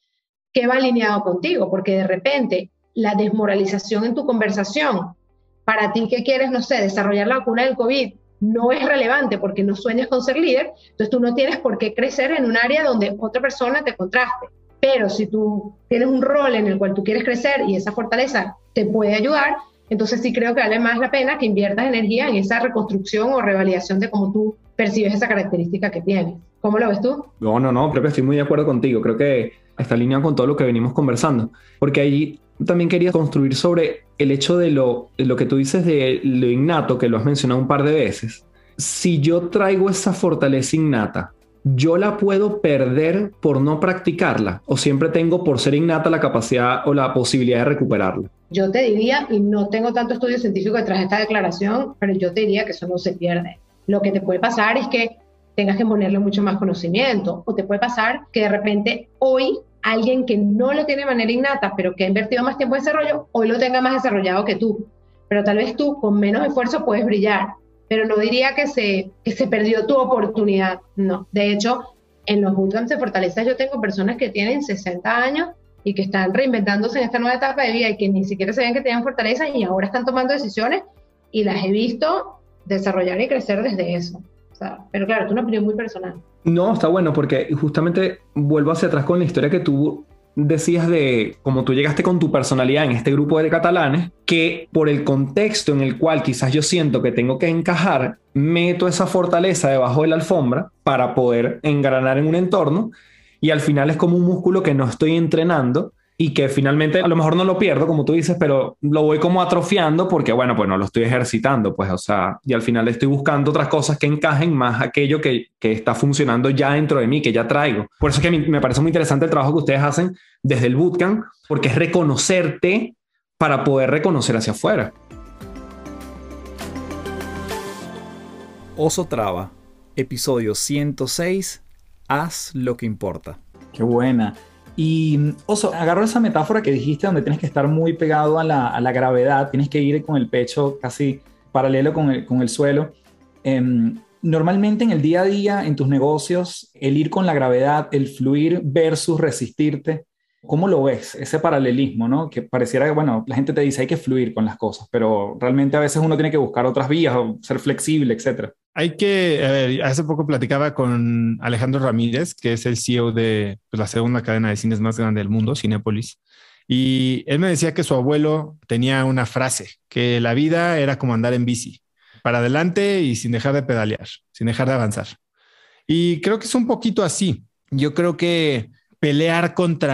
qué va alineado contigo, porque de repente la desmoralización en tu conversación, para ti que quieres, no sé, desarrollar la vacuna del COVID, no es relevante porque no sueñas con ser líder, entonces tú no tienes por qué crecer en un área donde otra persona te contraste. Pero si tú tienes un rol en el cual tú quieres crecer y esa fortaleza te puede ayudar, entonces sí creo que vale más la pena que inviertas energía en esa reconstrucción o revalidación de cómo tú percibes esa característica que tienes. ¿Cómo lo ves tú? No, creo que estoy muy de acuerdo contigo. Creo que está alineado con todo lo que venimos conversando. Porque ahí también quería construir sobre el hecho de lo que tú dices de lo innato, que lo has mencionado un par de veces. Si yo traigo esa fortaleza innata, ¿yo la puedo perder por no practicarla? ¿O siempre tengo, por ser innata, la capacidad o la posibilidad de recuperarla? Yo te diría, y no tengo tanto estudio científico detrás de esta declaración, pero yo te diría que eso no se pierde. Lo que te puede pasar es que tengas que ponerle mucho más conocimiento, o te puede pasar que de repente hoy alguien que no lo tiene de manera innata, pero que ha invertido más tiempo en desarrollo, hoy lo tenga más desarrollado que tú. Pero tal vez tú con menos esfuerzo puedes brillar, pero no diría que se perdió tu oportunidad, no. De hecho, en los bootcamps de fortalezas yo tengo personas que tienen 60 años y que están reinventándose en esta nueva etapa de vida y que ni siquiera sabían que tenían fortalezas y ahora están tomando decisiones y las he visto desarrollar y crecer desde eso. O sea, pero claro, es una opinión muy personal. No, está bueno porque justamente vuelvo hacia atrás con la historia que tú decías de cómo tú llegaste con tu personalidad en este grupo de catalanes, que por el contexto en el cual quizás yo siento que tengo que encajar, meto esa fortaleza debajo de la alfombra para poder engranar en un entorno, y al final es como un músculo que no estoy entrenando y que finalmente a lo mejor no lo pierdo, como tú dices, pero lo voy como atrofiando porque, bueno, pues no lo estoy ejercitando, pues, o sea, y al final estoy buscando otras cosas que encajen más aquello que está funcionando ya dentro de mí, que ya traigo. Por eso es que a mí me parece muy interesante el trabajo que ustedes hacen desde el bootcamp, porque es reconocerte para poder reconocer hacia afuera. Oso Traba, episodio 106, haz lo que importa. Qué buena. Y Oso, agarro esa metáfora que dijiste donde tienes que estar muy pegado a la gravedad, tienes que ir con el pecho casi paralelo con el suelo. normalmente en el día a día, en tus negocios, el ir con la gravedad, el fluir versus resistirte, ¿cómo lo ves? Ese paralelismo, ¿no? Que pareciera que, bueno, la gente te dice hay que fluir con las cosas, pero realmente a veces uno tiene que buscar otras vías o ser flexible, etcétera. Hay que, a ver, hace poco platicaba con Alejandro Ramírez, que es el CEO de pues, la segunda cadena de cines más grande del mundo, Cinépolis. Y él me decía que su abuelo tenía una frase, que la vida era como andar en bici, para adelante y sin dejar de pedalear, sin dejar de avanzar. Y creo que es un poquito así. Yo creo que pelear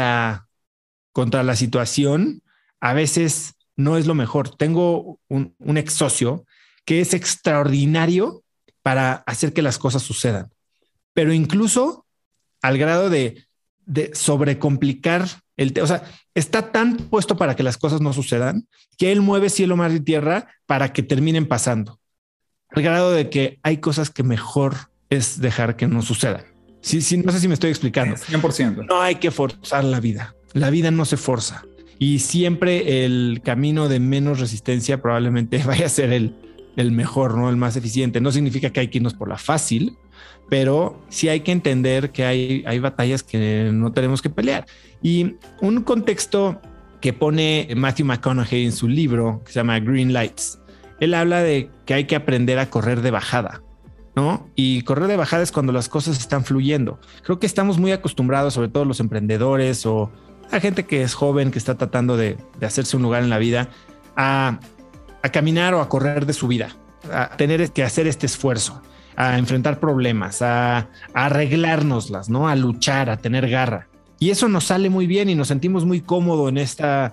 contra la situación a veces no es lo mejor. Tengo un ex socio que es extraordinario para hacer que las cosas sucedan, pero incluso al grado de sobrecomplicar o sea, está tan puesto para que las cosas no sucedan que él mueve cielo, mar y tierra para que terminen pasando. Al grado de que hay cosas que mejor es dejar que no sucedan. Sí, no sé si me estoy explicando. 100%. No hay que forzar la vida. La vida no se forza. Y siempre el camino de menos resistencia probablemente vaya a ser el mejor, ¿no? El más eficiente. No significa que hay que irnos por la fácil, pero sí hay que entender que hay batallas que no tenemos que pelear. Y un contexto que pone Matthew McConaughey en su libro, que se llama Green Lights, él habla de que hay que aprender a correr de bajada, ¿no? Y correr de bajada es cuando las cosas están fluyendo. Creo que estamos muy acostumbrados, sobre todo los emprendedores o a gente que es joven, que está tratando de hacerse un lugar en la vida, a caminar o a correr de su vida, a tener que hacer este esfuerzo, a enfrentar problemas, a arreglárnoslas, ¿no? A luchar, a tener garra. Y eso nos sale muy bien y nos sentimos muy cómodos en esta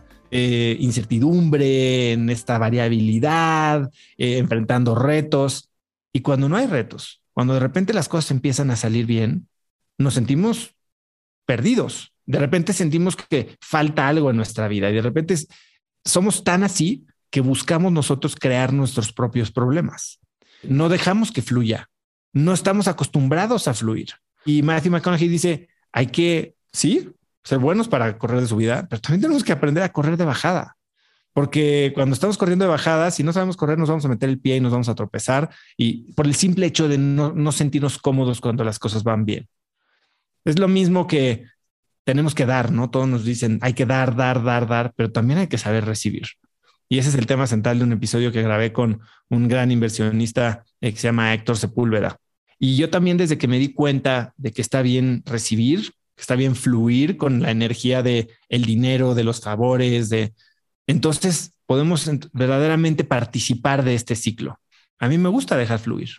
incertidumbre, en esta variabilidad, enfrentando retos. Y cuando no hay retos, cuando de repente las cosas empiezan a salir bien, nos sentimos perdidos. De repente sentimos que falta algo en nuestra vida y de repente somos tan así que buscamos nosotros crear nuestros propios problemas. No dejamos que fluya. No estamos acostumbrados a fluir. Y Matthew McConaughey dice, hay que, sí, ser buenos para correr de subida, pero también tenemos que aprender a correr de bajada. Porque cuando estamos corriendo de bajada, si no sabemos correr, nos vamos a meter el pie y nos vamos a tropezar. Y por el simple hecho de no sentirnos cómodos cuando las cosas van bien. Es lo mismo que tenemos que dar, ¿no? Todos nos dicen, hay que dar, pero también hay que saber recibir. Y ese es el tema central de un episodio que grabé con un gran inversionista que se llama Héctor Sepúlveda. Y yo también, desde que me di cuenta de que está bien recibir, que está bien fluir con la energía de el dinero, de los favores, entonces podemos verdaderamente participar de este ciclo. A mí me gusta dejar fluir.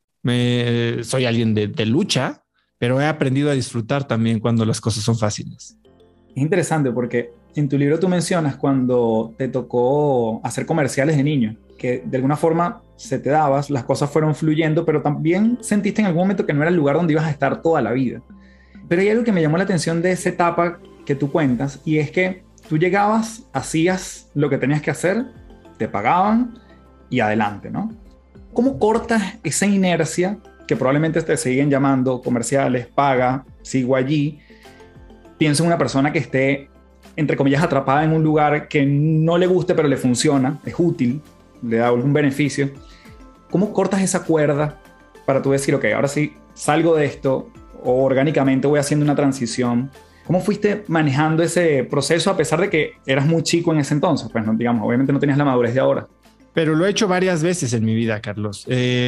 Soy alguien de lucha, pero he aprendido a disfrutar también cuando las cosas son fáciles. Es interesante porque en tu libro tú mencionas cuando te tocó hacer comerciales de niño, que de alguna forma se te dabas, las cosas fueron fluyendo, pero también sentiste en algún momento que no era el lugar donde ibas a estar toda la vida. Pero hay algo que me llamó la atención de esa etapa que tú cuentas, y es que tú llegabas, hacías lo que tenías que hacer, te pagaban y adelante, ¿no? ¿Cómo cortas esa inercia que probablemente te siguen llamando comerciales, paga, sigo allí? Pienso en una persona que esté, entre comillas, atrapada en un lugar que no le guste, pero le funciona, es útil, le da algún beneficio. ¿Cómo cortas esa cuerda para tú decir, ok, ahora sí salgo de esto o orgánicamente voy haciendo una transición? ¿Cómo fuiste manejando ese proceso a pesar de que eras muy chico en ese entonces? Pues no, digamos, obviamente no tenías la madurez de ahora. Pero lo he hecho varias veces en mi vida, Carlos.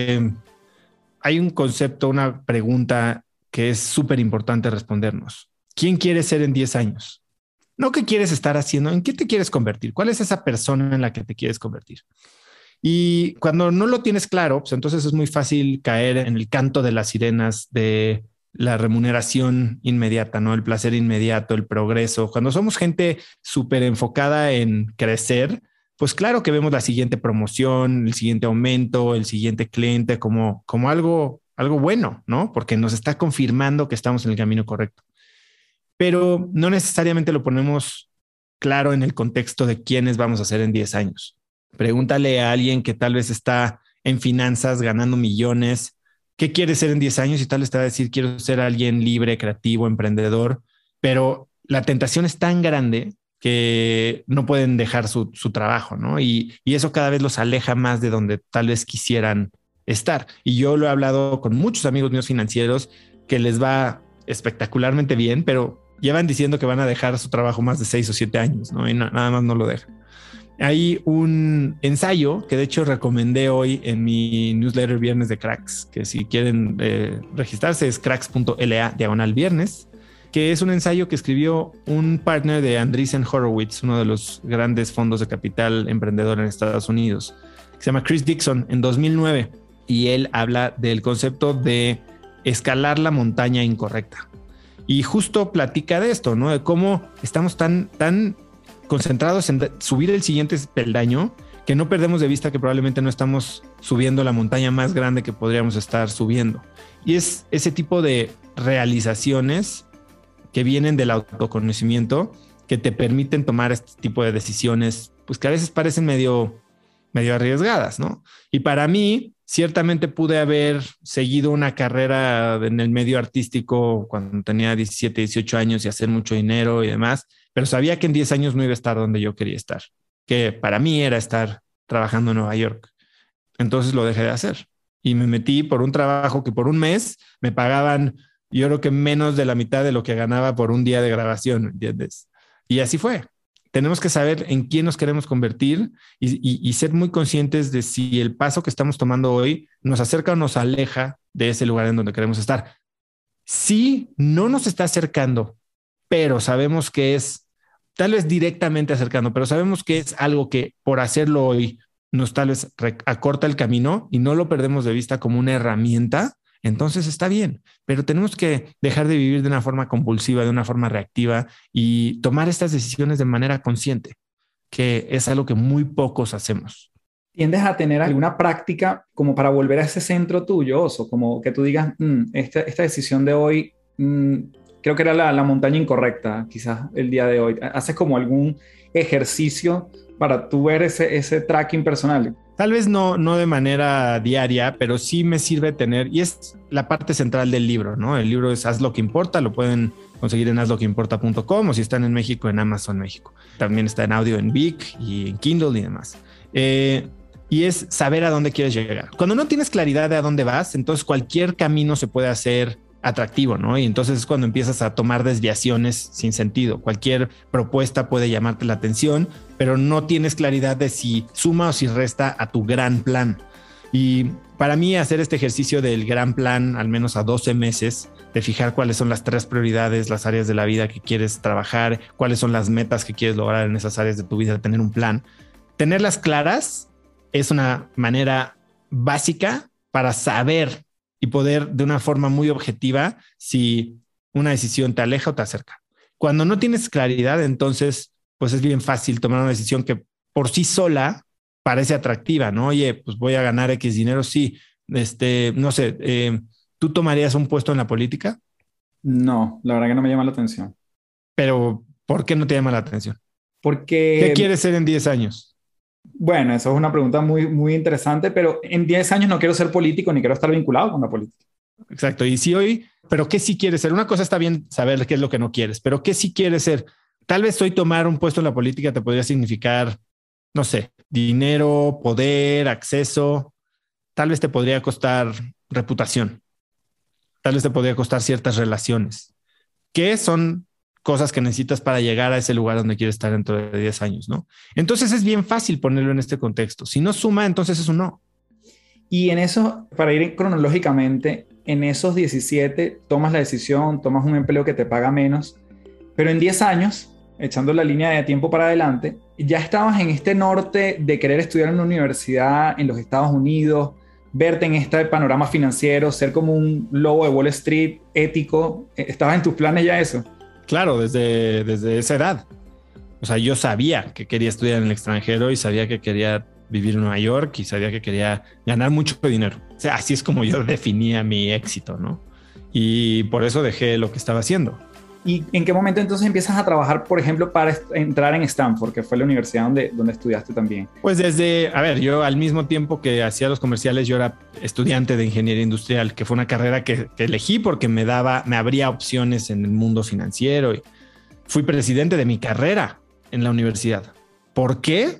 Hay un concepto, una pregunta que es súper importante respondernos. ¿Quién quieres ser en 10 años? No qué quieres estar haciendo, ¿en qué te quieres convertir? ¿Cuál es esa persona en la que te quieres convertir? Y cuando no lo tienes claro, pues entonces es muy fácil caer en el canto de las sirenas de la remuneración inmediata, ¿no? El placer inmediato, el progreso. Cuando somos gente súper enfocada en crecer, pues claro que vemos la siguiente promoción, el siguiente aumento, el siguiente cliente como algo bueno, ¿no? Porque nos está confirmando que estamos en el camino correcto. Pero no necesariamente lo ponemos claro en el contexto de quiénes vamos a ser en 10 años. Pregúntale a alguien que tal vez está en finanzas ganando millones, ¿qué quiere ser en 10 años? Y tal vez te va a decir, quiero ser alguien libre, creativo, emprendedor, pero la tentación es tan grande que no pueden dejar su trabajo, ¿no? Y eso cada vez los aleja más de donde tal vez quisieran estar. Y yo lo he hablado con muchos amigos míos financieros que les va espectacularmente bien, pero llevan diciendo que van a dejar su trabajo más de 6 o 7 años, ¿no? Y nada más no lo dejan. Hay un ensayo que de hecho recomendé hoy en mi newsletter Viernes de Cracks, que si quieren registrarse es cracks.la/viernes, que es un ensayo que escribió un partner de Andreessen Horowitz, uno de los grandes fondos de capital emprendedor en Estados Unidos, que se llama Chris Dixon, en 2009. Y él habla del concepto de escalar la montaña incorrecta. Y justo platica de esto, ¿no? De cómo estamos tan concentrados en subir el siguiente peldaño que no perdemos de vista que probablemente no estamos subiendo la montaña más grande que podríamos estar subiendo. Y es ese tipo de realizaciones que vienen del autoconocimiento que te permiten tomar este tipo de decisiones, pues que a veces parecen medio arriesgadas, ¿no? Y para mí, ciertamente pude haber seguido una carrera en el medio artístico cuando tenía 17, 18 años y hacer mucho dinero y demás, pero sabía que en 10 años no iba a estar donde yo quería estar, que para mí era estar trabajando en Nueva York. Entonces lo dejé de hacer y me metí por un trabajo que por un mes me pagaban, yo creo que menos de la mitad de lo que ganaba por un día de grabación, ¿entiendes? Y así fue. Tenemos que saber en quién nos queremos convertir y ser muy conscientes de si el paso que estamos tomando hoy nos acerca o nos aleja de ese lugar en donde queremos estar. Si no nos está acercando, pero sabemos que es, tal vez directamente acercando, pero sabemos que es algo que por hacerlo hoy nos tal vez acorta el camino y no lo perdemos de vista como una herramienta, entonces está bien, pero tenemos que dejar de vivir de una forma compulsiva, de una forma reactiva y tomar estas decisiones de manera consciente, que es algo que muy pocos hacemos. ¿Tiendes a tener alguna práctica como para volver a ese centro tuyo, Oso? Como que tú digas, esta decisión de hoy, creo que era la montaña incorrecta, quizás el día de hoy. ¿Haces como algún ejercicio para tú ver ese tracking personal? Tal vez no de manera diaria, pero sí me sirve tener, y es la parte central del libro, ¿no? El libro es Haz lo que importa, lo pueden conseguir en hazloqueimporta.com o si están en México, en Amazon México. También está en audio en Vic y en Kindle y demás. Y es saber a dónde quieres llegar. Cuando no tienes claridad de a dónde vas, entonces cualquier camino se puede hacer atractivo, ¿no? Y entonces es cuando empiezas a tomar desviaciones sin sentido. Cualquier propuesta puede llamarte la atención, pero no tienes claridad de si suma o si resta a tu gran plan. Y para mí hacer este ejercicio del gran plan, al menos a 12 meses, de fijar cuáles son las 3 prioridades, las áreas de la vida que quieres trabajar, cuáles son las metas que quieres lograr en esas áreas de tu vida, tener un plan. Tenerlas claras es una manera básica para saber y poder de una forma muy objetiva si una decisión te aleja o te acerca. Cuando no tienes claridad, entonces pues es bien fácil tomar una decisión que por sí sola parece atractiva, ¿no? Oye, pues voy a ganar X dinero, sí. No sé, ¿tú tomarías un puesto en la política? No, la verdad que no me llama la atención. Pero, ¿por qué no te llama la atención? Porque... ¿Qué quieres ser en 10 años? Bueno, eso es una pregunta muy, muy interesante, pero en 10 años no quiero ser político ni quiero estar vinculado con la política. Exacto. Y si hoy, pero ¿qué sí quieres ser? Una cosa está bien saber qué es lo que no quieres, pero ¿qué sí quieres ser? Tal vez hoy tomar un puesto en la política te podría significar, no sé, dinero, poder, acceso. Tal vez te podría costar reputación. Tal vez te podría costar ciertas relaciones. ¿Qué son cosas que necesitas para llegar a ese lugar donde quieres estar dentro de 10 años, ¿no? Entonces es bien fácil ponerlo en este contexto. Si no suma, entonces es un no. Y en eso, para ir cronológicamente, en esos 17 tomas la decisión, tomas un empleo que te paga menos, pero en 10 años, echando la línea de tiempo para adelante, ya estabas en este norte de querer estudiar en una universidad en los Estados Unidos, verte en este panorama financiero, ser como un lobo de Wall Street ético. ¿Estabas en tus planes ya eso? Claro, desde esa edad. O sea, yo sabía que quería estudiar en el extranjero y sabía que quería vivir en Nueva York y sabía que quería ganar mucho dinero. O sea, así es como yo definía mi éxito, ¿no? Y por eso dejé lo que estaba haciendo. ¿Y en qué momento entonces empiezas a trabajar, por ejemplo, para entrar en Stanford, que fue la universidad donde estudiaste también? Pues yo al mismo tiempo que hacía los comerciales, yo era estudiante de ingeniería industrial, que fue una carrera que elegí porque me abría opciones en el mundo financiero y fui presidente de mi carrera en la universidad. ¿Por qué?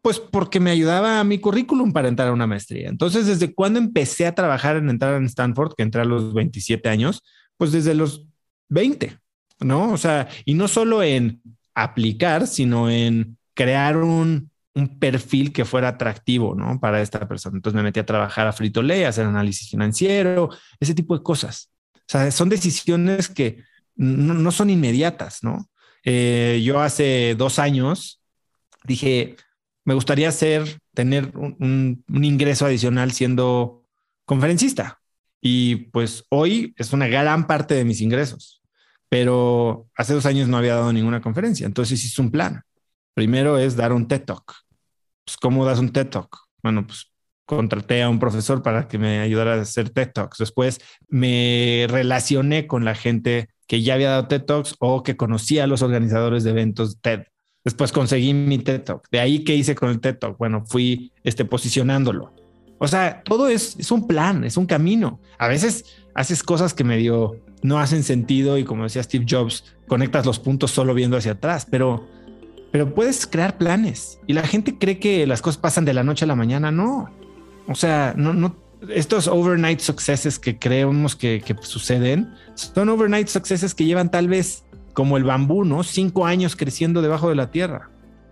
Pues porque me ayudaba a mi currículum para entrar a una maestría. Entonces, desde cuando empecé a trabajar en entrar en Stanford, que entré a los 27 años, pues desde los 20, ¿no? O sea, y no solo en aplicar, sino en crear un perfil que fuera atractivo, ¿no? Para esta persona. Entonces me metí a trabajar a Frito-Lay, a hacer análisis financiero, ese tipo de cosas. O sea, son decisiones que no son inmediatas, ¿no? Yo hace 2 años dije, me gustaría tener un ingreso adicional siendo conferencista. Y pues hoy es una gran parte de mis ingresos. Pero hace 2 años no había dado ninguna conferencia. Entonces hice un plan. Primero es dar un TED Talk. Pues, ¿cómo das un TED Talk? Bueno, pues contraté a un profesor para que me ayudara a hacer TED Talks. Después me relacioné con la gente que ya había dado TED Talks o que conocía a los organizadores de eventos TED. Después conseguí mi TED Talk. De ahí, ¿qué hice con el TED Talk? Bueno, fui posicionándolo. O sea, todo es un plan, es un camino. A veces haces cosas que medio no hacen sentido y, como decía Steve Jobs, conectas los puntos solo viendo hacia atrás, pero puedes crear planes y la gente cree que las cosas pasan de la noche a la mañana. No. O sea, no, estos overnight successes que creemos que suceden son overnight successes que llevan tal vez como el bambú, ¿no? 5 años creciendo debajo de la tierra.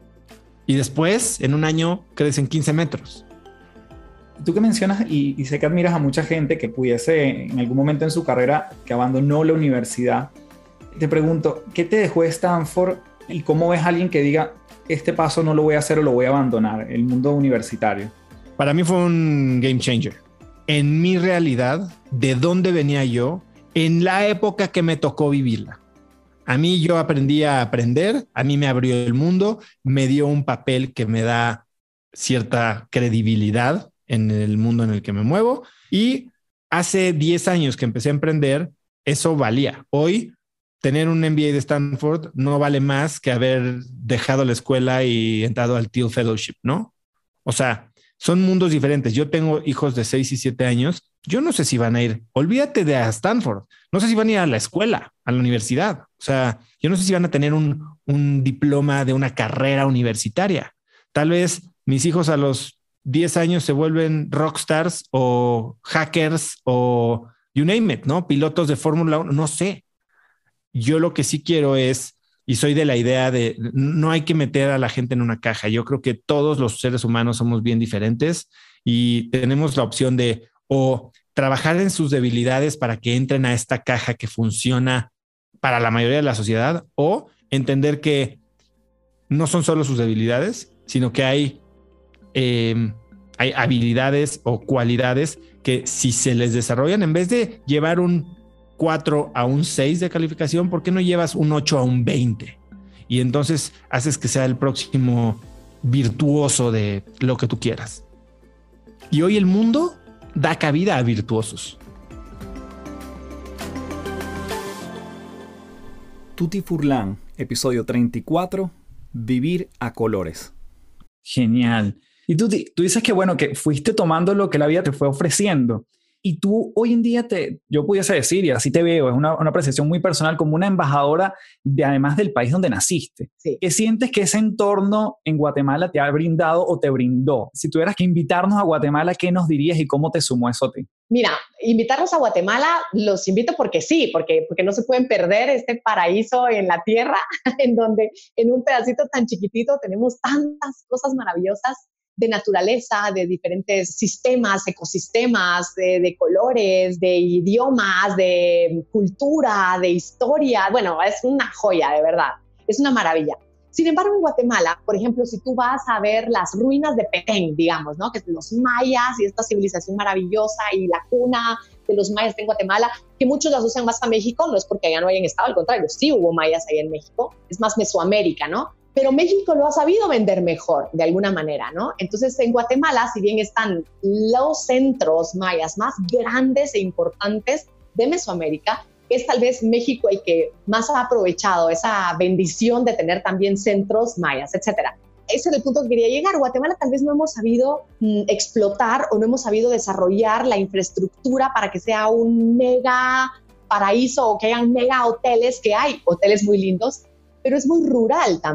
Y después, en un año, crecen 15 metros. Tú que mencionas, y sé que admiras a mucha gente que pudiese en algún momento en su carrera que abandonó la universidad, te pregunto, ¿qué te dejó Stanford y cómo ves a alguien que diga, este paso no lo voy a hacer o lo voy a abandonar, el mundo universitario? Para mí fue un game changer. En mi realidad, de dónde venía yo, en la época que me tocó vivirla. A mí yo aprendí a aprender, a mí me abrió el mundo, me dio un papel que me da cierta credibilidad en el mundo en el que me muevo, y hace 10 años que empecé a emprender, eso valía. Hoy, tener un MBA de Stanford no vale más que haber dejado la escuela y entrado al Thiel Fellowship, ¿no? O sea, son mundos diferentes. Yo tengo hijos de 6 y 7 años. Yo no sé si van a ir, olvídate de a Stanford, no sé si van a ir a la escuela, a la universidad. O sea, yo no sé si van a tener un diploma de una carrera universitaria. Tal vez mis hijos a los 10 años se vuelven rockstars o hackers o you name it, ¿no? Pilotos de Fórmula 1, no sé. Yo lo que sí quiero es, y soy de la idea de no hay que meter a la gente en una caja. Yo creo que todos los seres humanos somos bien diferentes y tenemos la opción de o trabajar en sus debilidades para que entren a esta caja que funciona para la mayoría de la sociedad, o entender que no son solo sus debilidades, sino que hay habilidades o cualidades que, si se les desarrollan, en vez de llevar un 4 a un 6 de calificación, ¿por qué no llevas un 8 a un 20? Y entonces haces que sea el próximo virtuoso de lo que tú quieras. Y hoy el mundo da cabida a virtuosos. Tutti Furlan, episodio 34, Vivir a colores. Genial. Y tú dices que, bueno, que fuiste tomando lo que la vida te fue ofreciendo. Y tú hoy en día, yo pudiese decir, y así te veo, es una apreciación muy personal, como una embajadora además del país donde naciste. Sí. ¿Qué sientes que ese entorno en Guatemala te ha brindado o te brindó? Si tuvieras que invitarnos a Guatemala, ¿qué nos dirías y cómo te sumó eso a ti? Mira, invitarlos a Guatemala, los invito porque sí, porque no se pueden perder este paraíso en la tierra, en donde en un pedacito tan chiquitito tenemos tantas cosas maravillosas de naturaleza, de diferentes sistemas, ecosistemas, de colores, de idiomas, de cultura, de historia. Bueno, es una joya, de verdad. Es una maravilla. Sin embargo, en Guatemala, por ejemplo, si tú vas a ver las ruinas de Petén, digamos, ¿no? Que es los mayas y esta civilización maravillosa y la cuna de los mayas en Guatemala, que muchos la asocian más a México, no es porque allá no hayan estado, al contrario, sí hubo mayas ahí en México, es más Mesoamérica, ¿no? Pero México lo ha sabido vender mejor, de alguna manera, ¿no? Entonces, en Guatemala, si bien están los centros mayas más grandes e importantes de Mesoamérica, es tal vez México el que más ha aprovechado esa bendición de tener también centros mayas, etcétera. Ese es el punto que quería llegar. Guatemala tal vez no hemos sabido explotar o no hemos sabido desarrollar la infraestructura para que sea un mega paraíso o que hayan mega hoteles, que hay hoteles muy lindos, pero es muy rural también.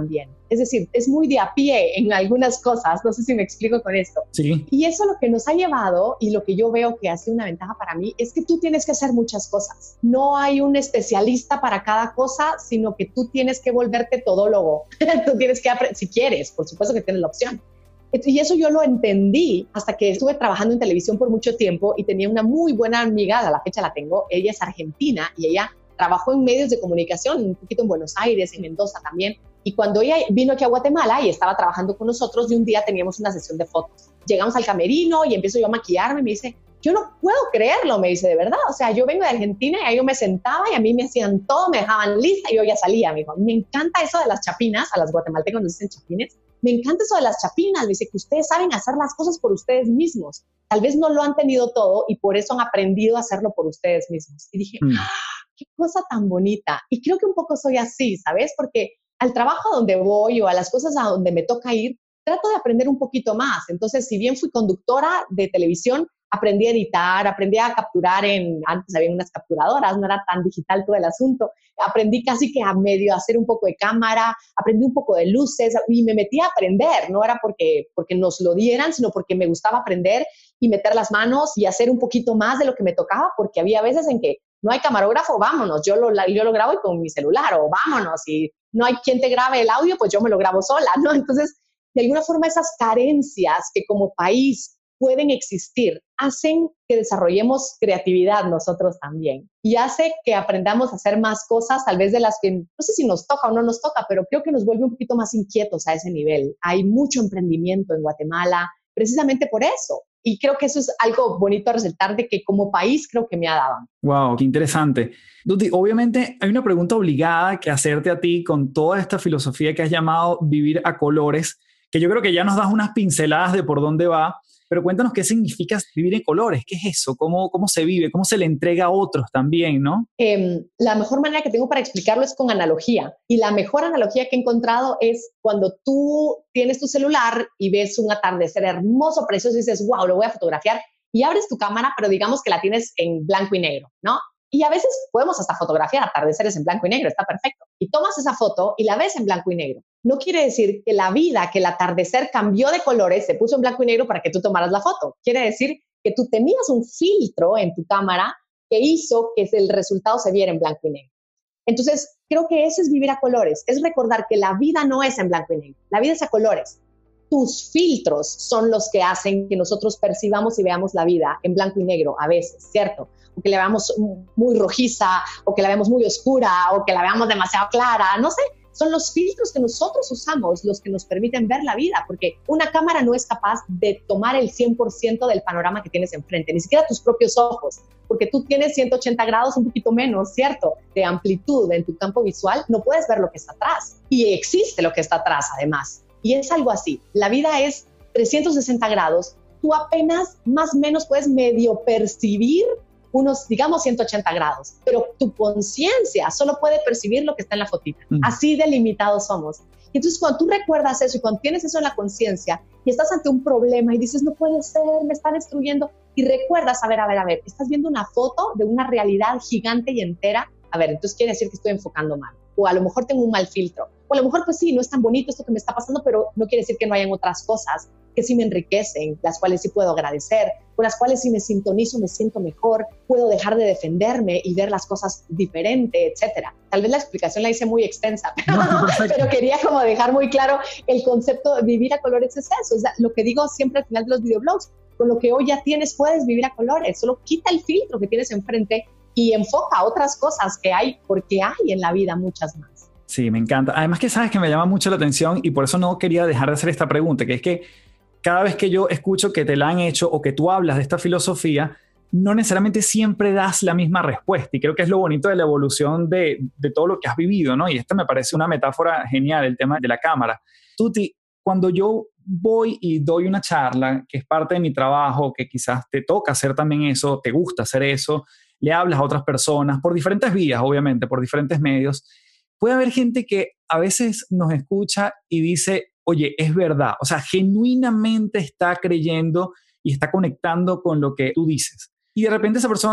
Es decir, es muy de a pie en algunas cosas, no sé si me explico con esto. Sí. Y eso lo que nos ha llevado, y lo que yo veo que hace una ventaja para mí, es que tú tienes que hacer muchas cosas. No hay un especialista para cada cosa, sino que tú tienes que volverte todólogo. Tú tienes que aprender, si quieres, por supuesto que tienes la opción. Y eso yo lo entendí hasta que estuve trabajando en televisión por mucho tiempo y tenía una muy buena amiga, a la fecha la tengo, ella es argentina y ella trabajó en medios de comunicación, un poquito en Buenos Aires, en Mendoza también. Y cuando ella vino aquí a Guatemala y estaba trabajando con nosotros, y un día teníamos una sesión de fotos. Llegamos al camerino y empiezo yo a maquillarme y me dice, yo no puedo creerlo, me dice, de verdad. O sea, yo vengo de Argentina y ahí yo me sentaba y a mí me hacían todo, me dejaban lista y yo ya salía. Me dijo, me encanta eso de las chapinas, a las guatemaltecas nos dicen chapines. Me encanta eso de las chapinas, dice que ustedes saben hacer las cosas por ustedes mismos. Tal vez no lo han tenido todo y por eso han aprendido a hacerlo por ustedes mismos. Y dije, qué cosa tan bonita. Y creo que un poco soy así, ¿sabes? Porque al trabajo a donde voy o a las cosas a donde me toca ir, trato de aprender un poquito más. Entonces, si bien fui conductora de televisión, aprendí a editar, aprendí a capturar antes había unas capturadoras, no era tan digital todo el asunto. Aprendí casi que a medio hacer un poco de cámara, aprendí un poco de luces y me metí a aprender. No era porque nos lo dieran, sino porque me gustaba aprender y meter las manos y hacer un poquito más de lo que me tocaba, porque había veces en que no hay camarógrafo, vámonos, yo lo grabo con mi celular, o vámonos, y no hay quien te grabe el audio, pues yo me lo grabo sola, ¿no? Entonces, de alguna forma esas carencias que como país pueden existir, hacen que desarrollemos creatividad nosotros también y hace que aprendamos a hacer más cosas, tal vez de las que no sé si nos toca o no nos toca, pero creo que nos vuelve un poquito más inquietos a ese nivel. Hay mucho emprendimiento en Guatemala precisamente por eso. Y creo que eso es algo bonito a resaltar de que como país creo que me ha dado. Wow, qué interesante. Duty, obviamente hay una pregunta obligada que hacerte a ti con toda esta filosofía que has llamado vivir a colores, que yo creo que ya nos das unas pinceladas de por dónde va, pero cuéntanos qué significa vivir en colores, qué es eso, cómo se vive, cómo se le entrega a otros también, ¿no? La mejor manera que tengo para explicarlo es con analogía, y la mejor analogía que he encontrado es cuando tú tienes tu celular y ves un atardecer hermoso, precioso y dices, wow, lo voy a fotografiar, y abres tu cámara, pero digamos que la tienes en blanco y negro, ¿no? Y a veces podemos hasta fotografiar atardeceres en blanco y negro, está perfecto. Y tomas esa foto y la ves en blanco y negro. No quiere decir que la vida, que el atardecer cambió de colores, se puso en blanco y negro para que tú tomaras la foto. Quiere decir que tú tenías un filtro en tu cámara que hizo que el resultado se viera en blanco y negro. Entonces, creo que eso es vivir a colores, es recordar que la vida no es en blanco y negro, la vida es a colores. Tus filtros son los que hacen que nosotros percibamos y veamos la vida en blanco y negro a veces, ¿cierto? O que la veamos muy rojiza, o que la veamos muy oscura, o que la veamos demasiado clara, no sé. Son los filtros que nosotros usamos los que nos permiten ver la vida, porque una cámara no es capaz de tomar el 100% del panorama que tienes enfrente, ni siquiera tus propios ojos, porque tú tienes 180 grados, un poquito menos, ¿cierto?, de amplitud en tu campo visual, no puedes ver lo que está atrás. Y existe lo que está atrás, además. Y es algo así. La vida es 360 grados. Tú apenas más o menos puedes medio percibir unos, digamos, 180 grados, pero tu conciencia solo puede percibir lo que está en la fotita. Así de limitados somos. Y entonces cuando tú recuerdas eso y cuando tienes eso en la conciencia y estás ante un problema y dices, no puede ser, me está destruyendo, y recuerdas, a ver, estás viendo una foto de una realidad gigante y entera, a ver, entonces quiere decir que estoy enfocando mal, o a lo mejor tengo un mal filtro, o a lo mejor pues sí, no es tan bonito esto que me está pasando, pero no quiere decir que no hayan otras cosas que sí me enriquecen, las cuales sí puedo agradecer, con las cuales si me sintonizo me siento mejor, puedo dejar de defenderme y ver las cosas diferente, etcétera. Tal vez la explicación la hice muy extensa, pero quería como dejar muy claro el concepto de vivir a colores es eso, es lo que digo siempre al final de los videoblogs, con lo que hoy ya tienes puedes vivir a colores, solo quita el filtro que tienes enfrente y enfoca a otras cosas que hay, porque hay en la vida muchas más. Sí, me encanta. Además que sabes que me llama mucho la atención y por eso no quería dejar de hacer esta pregunta, que es que cada vez que yo escucho que te la han hecho o que tú hablas de esta filosofía, no necesariamente siempre das la misma respuesta. Y creo que es lo bonito de la evolución de todo lo que has vivido, ¿no? Y esta me parece una metáfora genial, el tema de la cámara. Tuti, cuando yo voy y doy una charla, que es parte de mi trabajo, que quizás te toca hacer también eso, te gusta hacer eso, le hablas a otras personas, por diferentes vías, obviamente, por diferentes medios, puede haber gente que a veces nos escucha y dice, oye, es verdad, o sea, genuinamente está creyendo y está conectando con lo que tú dices. Y de repente esa persona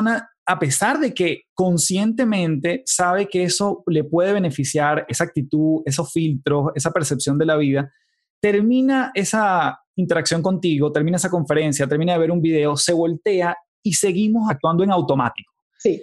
a pesar de que conscientemente sabe que eso le puede beneficiar, esa actitud, esos filtros, esa percepción de la vida, termina esa interacción contigo, termina esa conferencia, termina de ver un video, se voltea y seguimos actuando en automático. Sí.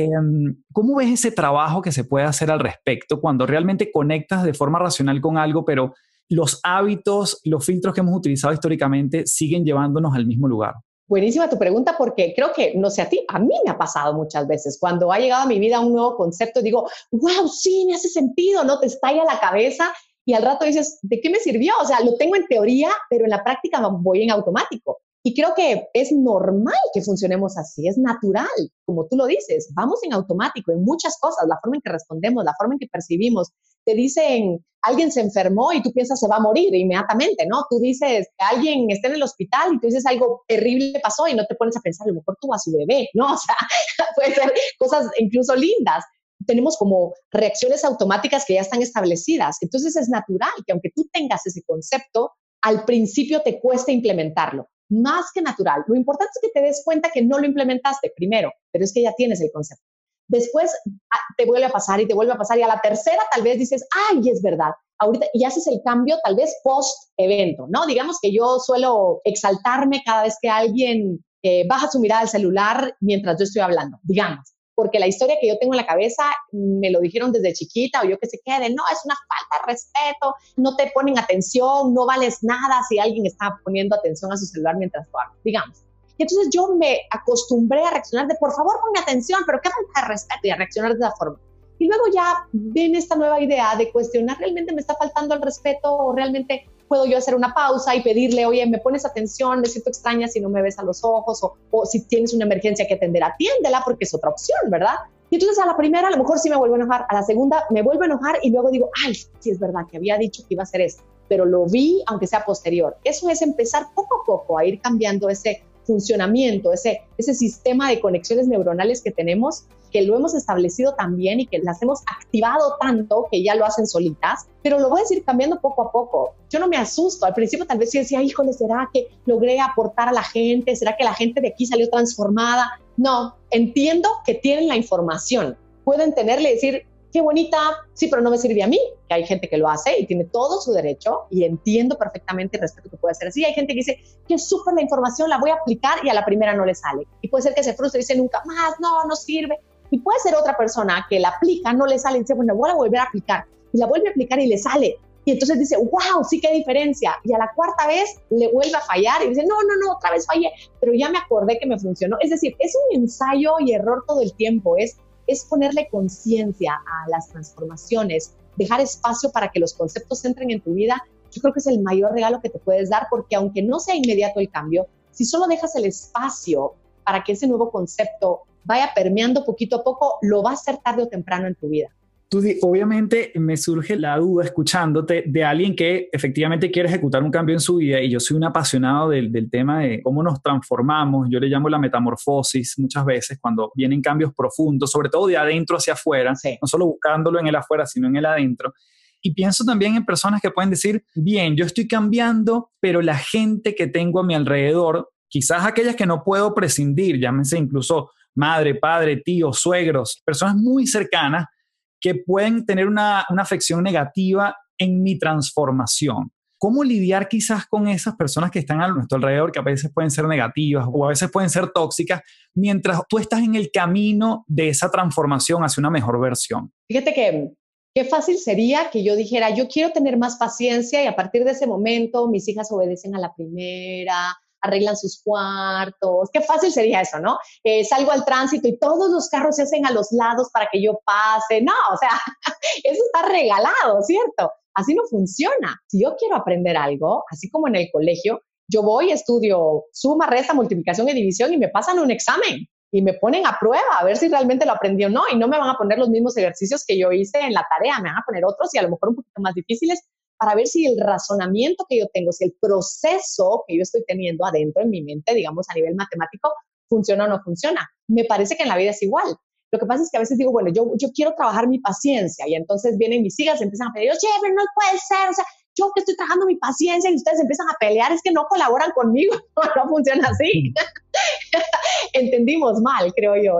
¿Cómo ves ese trabajo que se puede hacer al respecto cuando realmente conectas de forma racional con algo, pero los hábitos, los filtros que hemos utilizado históricamente siguen llevándonos al mismo lugar? Buenísima tu pregunta, porque creo que, no sé a ti, a mí me ha pasado muchas veces. Cuando ha llegado a mi vida un nuevo concepto, digo, wow, sí, me hace sentido, ¿no? Te estalla la cabeza y al rato dices, ¿de qué me sirvió? O sea, lo tengo en teoría, pero en la práctica voy en automático. Y creo que es normal que funcionemos así, es natural, como tú lo dices, vamos en automático en muchas cosas, la forma en que respondemos, la forma en que percibimos. Te dicen, alguien se enfermó y tú piensas se va a morir inmediatamente, ¿no? Tú dices, alguien está en el hospital y tú dices algo terrible pasó y no te pones a pensar, a lo mejor tuvo a su bebé, ¿no? O sea, puede ser cosas incluso lindas. Tenemos como reacciones automáticas que ya están establecidas. Entonces es natural que aunque tú tengas ese concepto, al principio te cueste implementarlo. Más que natural. Lo importante es que te des cuenta que no lo implementaste primero, pero es que ya tienes el concepto. Después te vuelve a pasar y te vuelve a pasar y a la tercera tal vez dices, ay, es verdad, ahorita, y haces el cambio tal vez post evento, ¿no? Digamos que yo suelo exaltarme cada vez que alguien baja su mirada al celular mientras yo estoy hablando, digamos, porque la historia que yo tengo en la cabeza me lo dijeron desde chiquita o yo que sé qué, de no, es una falta de respeto, no te ponen atención, no vales nada si alguien está poniendo atención a su celular mientras tú hablas, digamos. Y entonces yo me acostumbré a reaccionar de, por favor, ponme atención, pero qué falta de respeto, y a reaccionar de esa forma. Y luego ya viene esta nueva idea de cuestionar, ¿realmente me está faltando el respeto o realmente puedo yo hacer una pausa y pedirle, oye, me pones atención, me siento extraña si no me ves a los ojos o si tienes una emergencia que atender, atiéndela porque es otra opción, ¿verdad? Y entonces a la primera a lo mejor sí me vuelvo a enojar, a la segunda me vuelvo a enojar y luego digo, ay, sí es verdad que había dicho que iba a hacer esto, pero lo vi aunque sea posterior. Eso es empezar poco a poco a ir cambiando ese funcionamiento, ese sistema de conexiones neuronales que tenemos, que lo hemos establecido también y que las hemos activado tanto que ya lo hacen solitas, pero lo voy a ir cambiando poco a poco. Yo no me asusto. Al principio tal vez sí decía, híjole, ¿será que logré aportar a la gente? ¿Será que la gente de aquí salió transformada? No, entiendo que tienen la información. Pueden tenerle y decir, qué bonita, sí, pero no me sirve a mí, que hay gente que lo hace y tiene todo su derecho y entiendo perfectamente el respeto que puede hacer así. Hay gente que dice, qué súper la información, la voy a aplicar y a la primera no le sale. Y puede ser que se frustre y dice, nunca más, no sirve. Y puede ser otra persona que la aplica, no le sale y dice, bueno, voy a volver a aplicar. Y la vuelve a aplicar y le sale. Y entonces dice, wow, sí, qué diferencia. Y a la cuarta vez le vuelve a fallar y dice, no, otra vez fallé, pero ya me acordé que me funcionó. Es decir, es un ensayo y error todo el tiempo, es ponerle conciencia a las transformaciones, dejar espacio para que los conceptos entren en tu vida. Yo creo que es el mayor regalo que te puedes dar, porque aunque no sea inmediato el cambio, si solo dejas el espacio para que ese nuevo concepto vaya permeando poquito a poco, lo va a hacer tarde o temprano en tu vida. Obviamente me surge la duda escuchándote de alguien que efectivamente quiere ejecutar un cambio en su vida, y yo soy un apasionado del tema de cómo nos transformamos. Yo le llamo la metamorfosis muchas veces cuando vienen cambios profundos, sobre todo de adentro hacia afuera, sí. No solo buscándolo en el afuera, sino en el adentro. Y pienso también en personas que pueden decir, bien, yo estoy cambiando, pero la gente que tengo a mi alrededor, quizás aquellas que no puedo prescindir, llámense incluso madre, padre, tío, suegros, personas muy cercanas, que pueden tener una afección negativa en mi transformación. ¿Cómo lidiar quizás con esas personas que están a nuestro alrededor, que a veces pueden ser negativas o a veces pueden ser tóxicas, mientras tú estás en el camino de esa transformación hacia una mejor versión? Fíjate que qué fácil sería que yo dijera, yo quiero tener más paciencia y a partir de ese momento mis hijas obedecen a la primera, arreglan sus cuartos. Qué fácil sería eso, ¿no? Salgo al tránsito y todos los carros se hacen a los lados para que yo pase. No, o sea, eso está regalado, ¿cierto? Así no funciona. Si yo quiero aprender algo, así como en el colegio, yo voy, estudio suma, resta, multiplicación y división y me pasan un examen y me ponen a prueba a ver si realmente lo aprendí o no, y no me van a poner los mismos ejercicios que yo hice en la tarea, me van a poner otros y a lo mejor un poquito más difíciles, para ver si el razonamiento que yo tengo, si el proceso que yo estoy teniendo adentro en mi mente, digamos a nivel matemático, funciona o no funciona. Me parece que en la vida es igual. Lo que pasa es que a veces digo, bueno, yo quiero trabajar mi paciencia, y entonces vienen mis hijas y empiezan a pedir, oye, pero no puede ser, o sea, yo que estoy trabajando mi paciencia y ustedes empiezan a pelear, es que no colaboran conmigo. No funciona así. Entendimos mal, creo yo,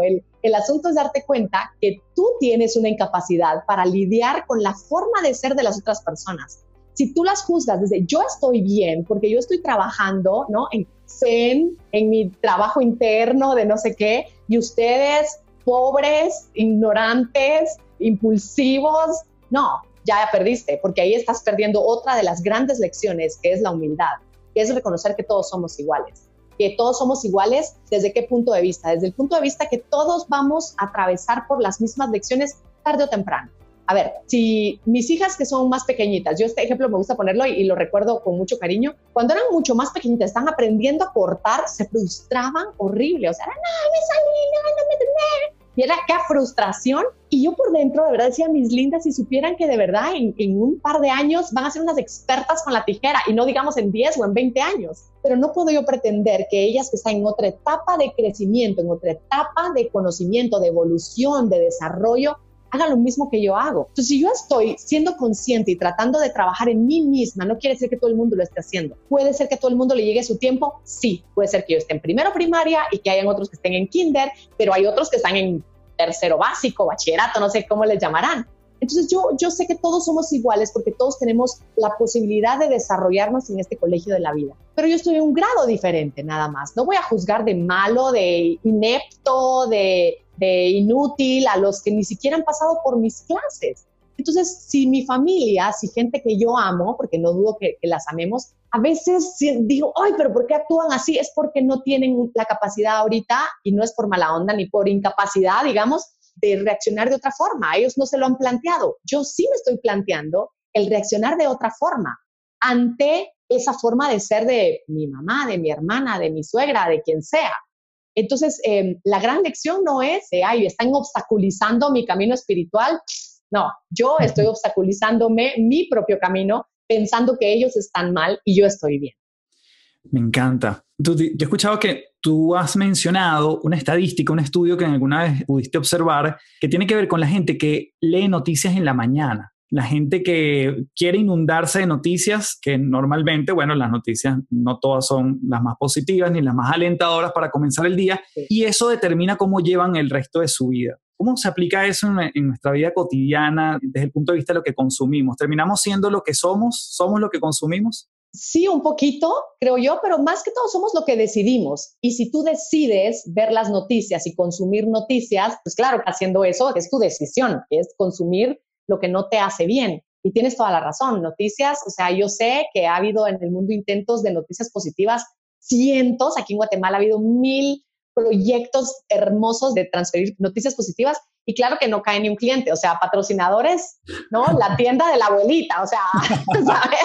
El asunto es darte cuenta que tú tienes una incapacidad para lidiar con la forma de ser de las otras personas. Si tú las juzgas desde yo estoy bien porque yo estoy trabajando, ¿no?, en zen, en mi trabajo interno de no sé qué, y ustedes pobres, ignorantes, impulsivos, no, ya perdiste, porque ahí estás perdiendo otra de las grandes lecciones, que es la humildad, que es reconocer que todos somos iguales. Que todos somos iguales, ¿desde qué punto de vista? Desde el punto de vista que todos vamos a atravesar por las mismas lecciones tarde o temprano. A ver, si mis hijas que son más pequeñitas, yo este ejemplo me gusta ponerlo y lo recuerdo con mucho cariño, cuando eran mucho más pequeñitas, estaban aprendiendo a cortar, se frustraban horrible, o sea, no me salí, no me... Y era qué frustración, y yo por dentro de verdad decía, mis lindas, si supieran que de verdad en un par de años van a ser unas expertas con la tijera, y no digamos en 10 o en 20 años, pero no puedo yo pretender que ellas que están en otra etapa de crecimiento, en otra etapa de conocimiento, de evolución, de desarrollo, hagan lo mismo que yo hago. Entonces, si yo estoy siendo consciente y tratando de trabajar en mí misma, no quiere decir que todo el mundo lo esté haciendo. ¿Puede ser que a todo el mundo le llegue su tiempo? Sí. Puede ser que yo esté en primero primaria y que hayan otros que estén en kinder, pero hay otros que están en tercero básico, bachillerato, no sé cómo les llamarán. Entonces, yo sé que todos somos iguales porque todos tenemos la posibilidad de desarrollarnos en este colegio de la vida. Pero yo estoy en un grado diferente, nada más. No voy a juzgar de malo, de inepto, de inútil a los que ni siquiera han pasado por mis clases. Entonces, si mi familia, si gente que yo amo, porque no dudo que las amemos, a veces digo, ay, pero ¿por qué actúan así? Es porque no tienen la capacidad ahorita, y no es por mala onda ni por incapacidad, digamos, de reaccionar de otra forma. Ellos no se lo han planteado. Yo sí me estoy planteando el reaccionar de otra forma ante esa forma de ser de mi mamá, de mi hermana, de mi suegra, de quien sea. Entonces, la gran lección no es, ay, están obstaculizando mi camino espiritual. No, yo estoy obstaculizándome mi propio camino pensando que ellos están mal y yo estoy bien. Me encanta. Yo he escuchado que tú has mencionado una estadística, un estudio que alguna vez pudiste observar, que tiene que ver con la gente que lee noticias en la mañana. La gente que quiere inundarse de noticias, que normalmente, bueno, las noticias no todas son las más positivas ni las más alentadoras para comenzar el día, sí. Y eso determina cómo llevan el resto de su vida. ¿Cómo se aplica eso en nuestra vida cotidiana desde el punto de vista de lo que consumimos? ¿Terminamos siendo lo que somos? ¿Somos lo que consumimos? Sí, un poquito, creo yo, pero más que todo somos lo que decidimos. Y si tú decides ver las noticias y consumir noticias, pues claro, haciendo eso es tu decisión, que es consumir lo que no te hace bien. Y tienes toda la razón, noticias, o sea, yo sé que ha habido en el mundo intentos de noticias positivas, cientos, aquí en Guatemala ha habido 1000 proyectos hermosos de transferir noticias positivas, y claro que no cae ni un cliente, o sea, patrocinadores, ¿no? La tienda de la abuelita, o sea, ¿sabes?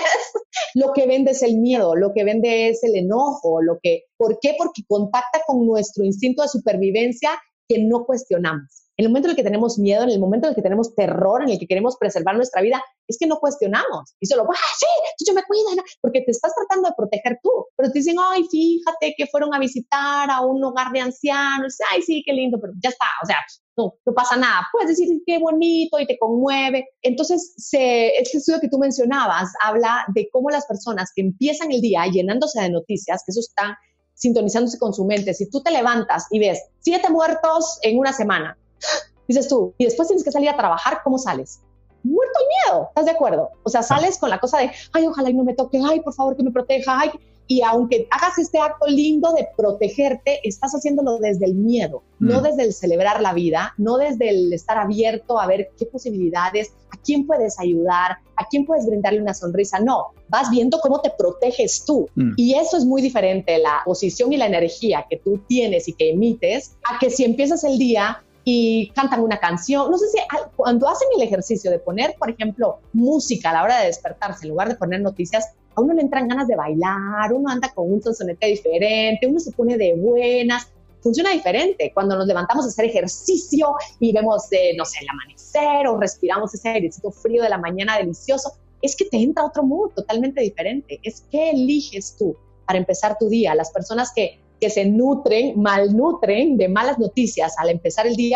Lo que vende es el miedo, lo que vende es el enojo, ¿por qué? Porque contacta con nuestro instinto de supervivencia que no cuestionamos. En el momento en el que tenemos miedo, en el momento en el que tenemos terror, en el que queremos preservar nuestra vida, es que no cuestionamos. Y solo, sí, yo me cuido, ¿no? Porque te estás tratando de proteger tú. Pero te dicen, ay, fíjate que fueron a visitar a un hogar de ancianos. Ay, sí, qué lindo, pero ya está. O sea, no pasa nada. Puedes decir qué bonito y te conmueve. Entonces, este estudio que tú mencionabas habla de cómo las personas que empiezan el día llenándose de noticias, que eso están sintonizándose con su mente. Si tú te levantas y ves 7 muertos en una semana, dices tú, y después tienes que salir a trabajar, ¿cómo sales? Muerto el miedo, ¿estás de acuerdo? O sea, sales con la cosa de, ay, ojalá y no me toque, ay, por favor que me proteja, ay. Y aunque hagas este acto lindo de protegerte, estás haciéndolo desde el miedo, no desde el celebrar la vida, no desde el estar abierto a ver qué posibilidades, a quién puedes ayudar, a quién puedes brindarle una sonrisa. No, vas viendo cómo te proteges tú. Y eso es muy diferente, la posición y la energía que tú tienes y que emites, a que si empiezas el día y cantan una canción. No sé si cuando hacen el ejercicio de poner, por ejemplo, música a la hora de despertarse, en lugar de poner noticias, a uno le entran ganas de bailar, uno anda con un sonsonete diferente, uno se pone de buenas, funciona diferente. Cuando nos levantamos a hacer ejercicio y vemos, no sé, el amanecer o respiramos ese airecito frío de la mañana delicioso, es que te entra otro mood totalmente diferente. Es que eliges tú para empezar tu día. Las personas que se malnutren de malas noticias al empezar el día,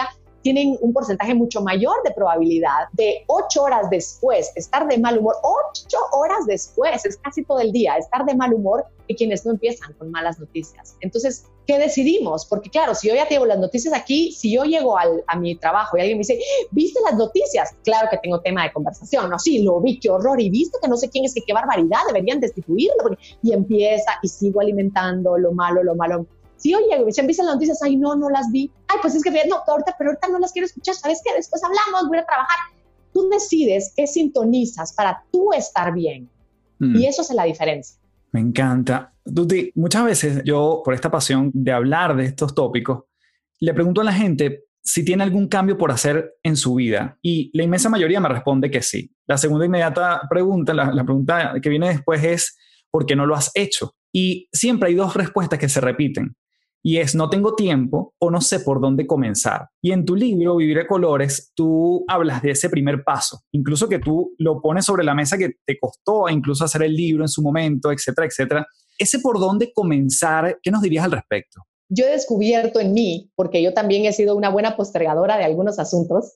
tienen un porcentaje mucho mayor de probabilidad de 8 horas después estar de mal humor, 8 horas después, es casi todo el día, estar de mal humor, que quienes no empiezan con malas noticias. Entonces, ¿qué decidimos? Porque claro, si yo ya tengo las noticias aquí, si yo llego a mi trabajo y alguien me dice, ¿viste las noticias? Claro que tengo tema de conversación, no, sí, lo vi, qué horror, y viste que no sé quién es, que qué barbaridad, deberían destituirlo, y empieza, y sigo alimentando lo malo. Si yo llego y se empiezan las noticias, ay, no las vi, ay, pues es que no, pero ahorita no las quiero escuchar, ¿sabes qué? Después hablamos, voy a trabajar. Tú decides qué sintonizas para tú estar bien, y eso hace la diferencia. Me encanta. Tuti, muchas veces yo, por esta pasión de hablar de estos tópicos, le pregunto a la gente si tiene algún cambio por hacer en su vida, y la inmensa mayoría me responde que sí. La segunda inmediata pregunta, la pregunta que viene después es ¿por qué no lo has hecho? Y siempre hay dos respuestas que se repiten, y es no tengo tiempo o no sé por dónde comenzar. Y en tu libro Vivir a Colores tú hablas de ese primer paso, incluso que tú lo pones sobre la mesa, que te costó incluso hacer el libro en su momento, etcétera, etcétera. Ese por dónde comenzar, ¿qué nos dirías al respecto? Yo he descubierto en mí, porque yo también he sido una buena postergadora de algunos asuntos,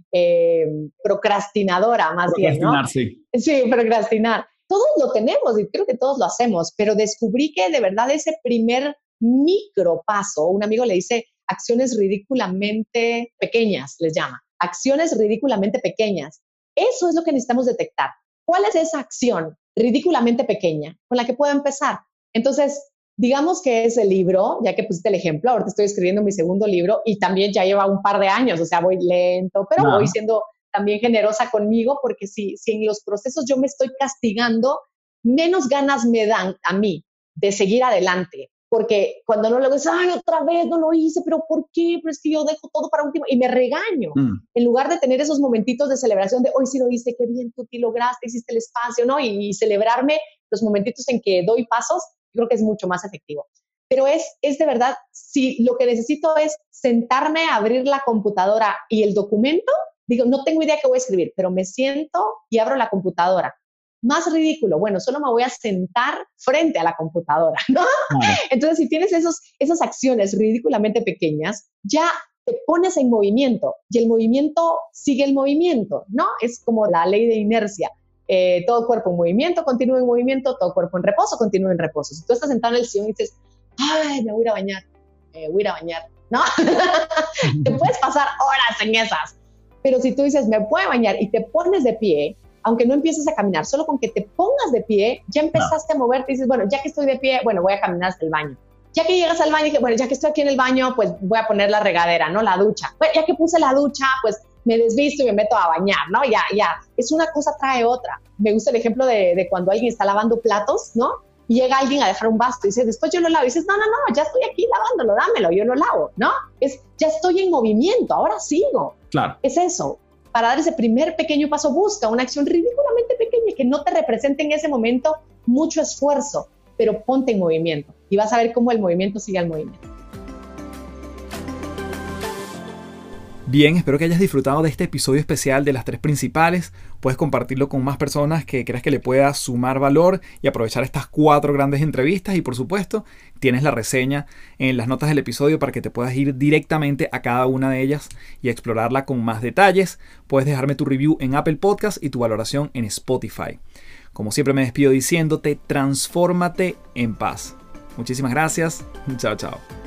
procrastinadora más bien, ¿no? Sí. Sí, procrastinar. Todos lo tenemos y creo que todos lo hacemos, pero descubrí que de verdad ese primer micro paso, un amigo le dice acciones ridículamente pequeñas, les llama, acciones ridículamente pequeñas. Eso es lo que necesitamos detectar. ¿Cuál es esa acción ridículamente pequeña con la que puedo empezar? Entonces, digamos que es el libro, ya que pusiste el ejemplo, ahorita estoy escribiendo mi segundo libro y también ya lleva un par de años, o sea, voy lento, pero voy siendo también generosa conmigo, porque si en los procesos yo me estoy castigando, menos ganas me dan a mí de seguir adelante. Porque cuando no lo hago, ay, otra vez no lo hice, pero ¿por qué? Pero es que yo dejo todo para último y me regaño. En lugar de tener esos momentitos de celebración de hoy sí lo hice, qué bien, tú lograste, hiciste el espacio, ¿no? Y celebrarme los momentitos en que doy pasos, yo creo que es mucho más efectivo. Pero es de verdad, si lo que necesito es sentarme a abrir la computadora y el documento, digo, no tengo idea qué voy a escribir, pero me siento y abro la computadora. Más ridículo, bueno, solo me voy a sentar frente a la computadora, ¿no? Entonces, si tienes esas acciones ridículamente pequeñas, ya te pones en movimiento y el movimiento sigue el movimiento, ¿no? Es como la ley de inercia. Todo cuerpo en movimiento, continúa en movimiento, todo cuerpo en reposo, continúa en reposo. Si tú estás sentado en el sillón y dices, ay, me voy a ir a bañar, ¿no? Te puedes pasar horas en esas. Pero si tú dices, me voy a bañar y te pones de pie, aunque no empieces a caminar, solo con que te pongas de pie, ya empezaste a moverte y dices, bueno, ya que estoy de pie, bueno, voy a caminar hasta el baño. Ya que llegas al baño, dije, bueno, ya que estoy aquí en el baño, pues voy a poner la regadera, ¿no? La ducha. Bueno, ya que puse la ducha, pues me desvisto y me meto a bañar, ¿no? Ya. Es una cosa trae otra. Me gusta el ejemplo de cuando alguien está lavando platos, ¿no? Y llega alguien a dejar un vaso y dice, después yo lo lavo. Y dices, no, ya estoy aquí lavándolo, dámelo, yo lo lavo, ¿no? Ya estoy en movimiento, ahora sigo. Claro. Es eso. Para dar ese primer pequeño paso, busca una acción ridículamente pequeña que no te represente en ese momento mucho esfuerzo, pero ponte en movimiento y vas a ver cómo el movimiento sigue al movimiento. Bien, espero que hayas disfrutado de este episodio especial de las 3 principales. Puedes compartirlo con más personas que creas que le pueda sumar valor y aprovechar estas 4 grandes entrevistas. Y por supuesto, tienes la reseña en las notas del episodio para que te puedas ir directamente a cada una de ellas y explorarla con más detalles. Puedes dejarme tu review en Apple Podcast y tu valoración en Spotify. Como siempre me despido diciéndote, transfórmate en paz. Muchísimas gracias. Chao, chao.